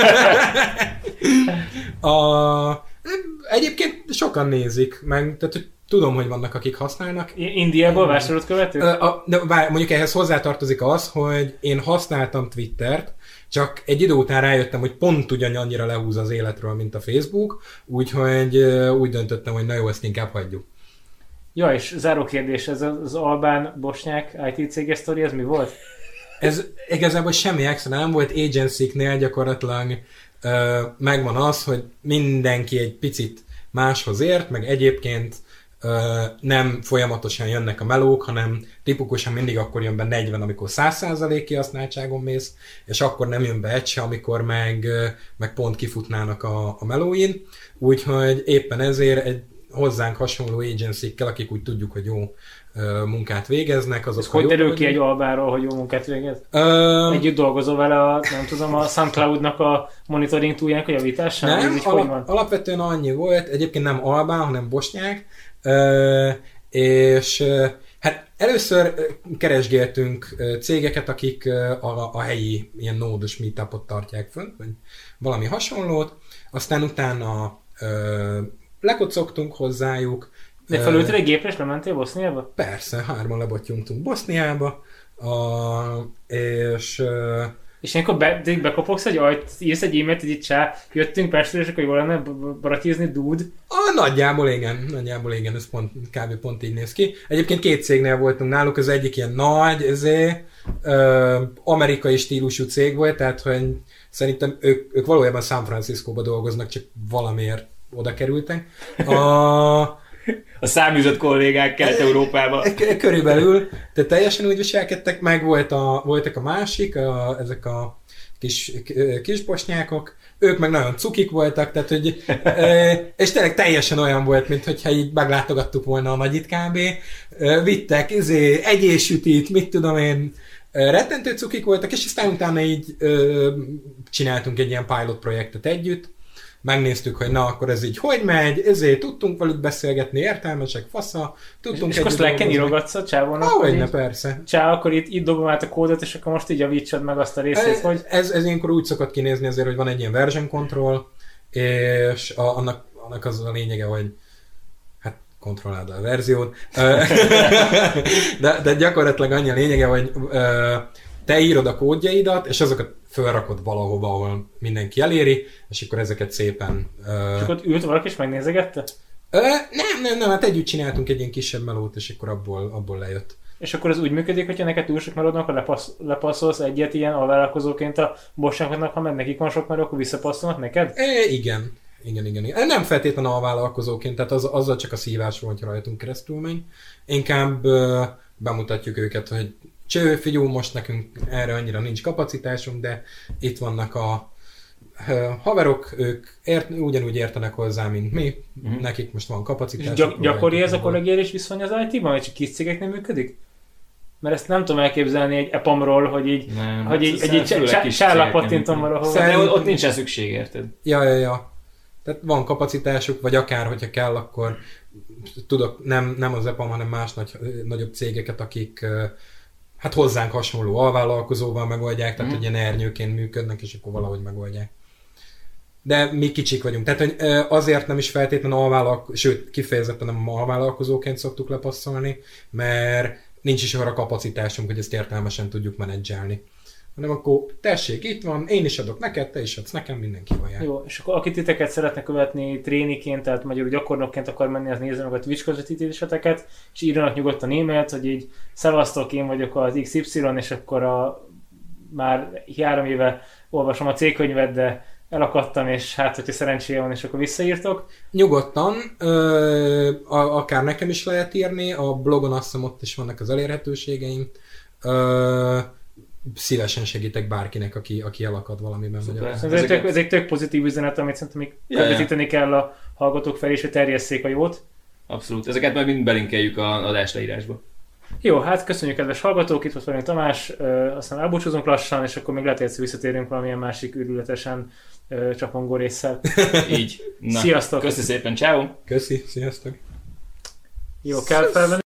Speaker 2: a... Egyébként sokan nézik, meg tehát, hogy tudom, hogy vannak, akik használnak.
Speaker 1: Indiából vásárolt követők?
Speaker 2: A, de bár, mondjuk ehhez hozzátartozik az, hogy én használtam Twittert, csak egy idő után rájöttem, hogy pont ugyanannyira lehúz az életről, mint a Facebook, úgyhogy úgy döntöttem, hogy na jó, ezt inkább hagyjuk.
Speaker 1: Ja, és záró kérdés, ez az albán-bosnyák i té céges sztori, ez mi volt?
Speaker 2: Ez igazából semmi extra nem volt, agency-knél gyakorlatilag uh, megvan az, hogy mindenki egy picit máshoz ért, meg egyébként uh, nem folyamatosan jönnek a melók, hanem tipikusan mindig akkor jön be negyven, amikor száz százalék kihasználtságon mész, és akkor nem jön be egy se, amikor meg, meg pont kifutnának a, a melóin. Úgyhogy éppen ezért egy hozzánk hasonló agency-kkel, akik úgy tudjuk, hogy jó munkát végeznek. Azok
Speaker 1: hogy derül ki egy albáról, hogy jó munkát végez? Um, Együtt dolgozol vele a, nem tudom, a SoundCloud-nak a monitoring túljának a javításán?
Speaker 2: Nem, alap, alapvetően annyi volt, egyébként nem albán, hanem bosnyák, uh, és uh, hát először keresgéltünk cégeket, akik a, a helyi ilyen nódos meetupot tartják fönt, vagy valami hasonlót, aztán utána uh, lekocogtunk hozzájuk.
Speaker 1: De felültél egy gépre, és lementél Boszniába?
Speaker 2: Persze, hárman lebottyunktunk Boszniába, a, és...
Speaker 1: És ilyenkor be, bekopogsz egy ajt, írsz egy e-mailt, hogy itt csá, jöttünk Pestről, és akkor jól lenne baratízni, dude?
Speaker 2: A, nagyjából igen, nagyjából igen, ez pont, kb. Pont így néz ki. Egyébként két cégnél voltunk náluk, az egyik ilyen nagy, ezért, ö, amerikai stílusú cég volt, tehát hogy szerintem ők, ők valójában San Franciscóba dolgoznak, csak valamiért oda kerültek. A,
Speaker 3: A száműzött kollégák Kelet-Európában.
Speaker 2: Körülbelül, tehát teljesen úgy viselkedtek, meg volt a, voltak a másik, a, ezek a kis, kis bosnyákok, ők meg nagyon cukik voltak, tehát hogy, és tényleg teljesen olyan volt, mintha így meglátogattuk volna a nagyit kb. Vittek izé, egyésütit, mit tudom én, rettentő cukik voltak, és aztán utána így csináltunk egy ilyen pilot projektet együtt, megnéztük, hogy na, akkor ez így hogy megy, ezért tudtunk velük beszélgetni, értelmesek, fasza, tudtunk
Speaker 1: és, és akkor Slacken írogatsz a csávónak?
Speaker 2: Ahogyne, persze.
Speaker 1: Csá, akkor itt, itt dobom át a kódot, és akkor most így javítsad meg azt a részét,
Speaker 2: ez,
Speaker 1: hogy...
Speaker 2: Ez, ez ilyenkor úgy szokott kinézni azért, hogy van egy ilyen version control, és a, annak, annak az a lényege, hogy hát kontrolláld a verziót, de, de gyakorlatilag annyi a lényege, hogy te írod a kódjaidat, és azokat felrakod valahova, ahol mindenki eléri, és akkor ezeket szépen... Uh...
Speaker 1: És akkor ült valaki és megnézegette?
Speaker 2: Uh, nem, nem, nem, hát együtt csináltunk egy ilyen kisebb melót, és akkor abból, abból lejött.
Speaker 1: És akkor az úgy működik, hogyha neked túl sok melód, akkor lepassz, lepasszolsz egyet ilyen alvállalkozóként a bossaknak, ha nekik van sok meló, akkor visszapasszolnak neked?
Speaker 2: É, igen. Igen, igen, igen. Nem feltétlenül alvállalkozóként, tehát az, azzal csak a szívásról, hogyha rajtunk keresztül megy. Inkább uh, bemutatjuk őket, hogy cső, figyú, most nekünk erre annyira nincs kapacitásunk, de itt vannak a uh, haverok, ők ért, ugyanúgy értenek hozzá, mint mi, uh-huh. nekik most van kapacitásuk.
Speaker 1: És gyak, gyakori ez a kollegiális viszony az í té-ban, vagy csak kis cégeknél működik? Mert ezt nem tudom elképzelni egy epamról, hogy így, nem, hogy így, egy így sárlapattintom valahol.
Speaker 3: Szerintem ott nincsen szükség, érted?
Speaker 2: Ja, ja, ja. Tehát van kapacitásuk, vagy akár, hogyha kell, akkor tudok nem, nem az epam, hanem más nagy, nagyobb cégeket, akik hát hozzánk hasonló alvállalkozóval megoldják, tehát mm. hogy ilyen ernyőként működnek, és akkor valahogy megoldják. De mi kicsik vagyunk, tehát hogy azért nem is feltétlenül alvállalkozó, sőt, kifejezetten nem alvállalkozóként szoktuk lepasszolni, mert nincs is arra kapacitásunk, hogy ezt értelmesen tudjuk menedzselni. Hanem akkor tessék, itt van, én is adok neked, te is adsz nekem, mindenki vajár.
Speaker 1: Jó, és akkor aki titeket szeretne követni tréniként, tehát magyarul gyakornokként akar menni, az nézze meg a Twitch közvetítéseteket, és írjanak nyugodtan e-mailt, hogy így szevasztok, én vagyok az iksz ipszilon, és akkor a, már három éve olvasom a cégkönyvet, de elakadtam, és hát, hogyha szerencséje van, és akkor visszaírtok.
Speaker 2: Nyugodtan, ö, akár nekem is lehet írni, a blogon azt hiszem ott is vannak az elérhetőségeim. Ö, szívesen segítek bárkinek, aki, aki elakad valamiben.
Speaker 1: Ez, ez, egy tök, ez egy tök pozitív üzenet, amit szerintem még közvetíteni ja, ja. kell a hallgatók felé, és hogy terjesszék a jót.
Speaker 3: Abszolút. Ezeket majd mind belinkeljük a adás leírásba.
Speaker 1: Jó, hát köszönjük, kedves hallgatók, itt volt velünk Tamás, ö, aztán elbúcsúzunk lassan, és akkor még lehet, hogy visszatérünk valamilyen másik őrületesen ö, csapongó résszel.
Speaker 3: Így. Na,
Speaker 1: sziasztok!
Speaker 3: Köszi szépen, ciao.
Speaker 2: Köszi, sziasztok!
Speaker 1: Jó, kell felvenni.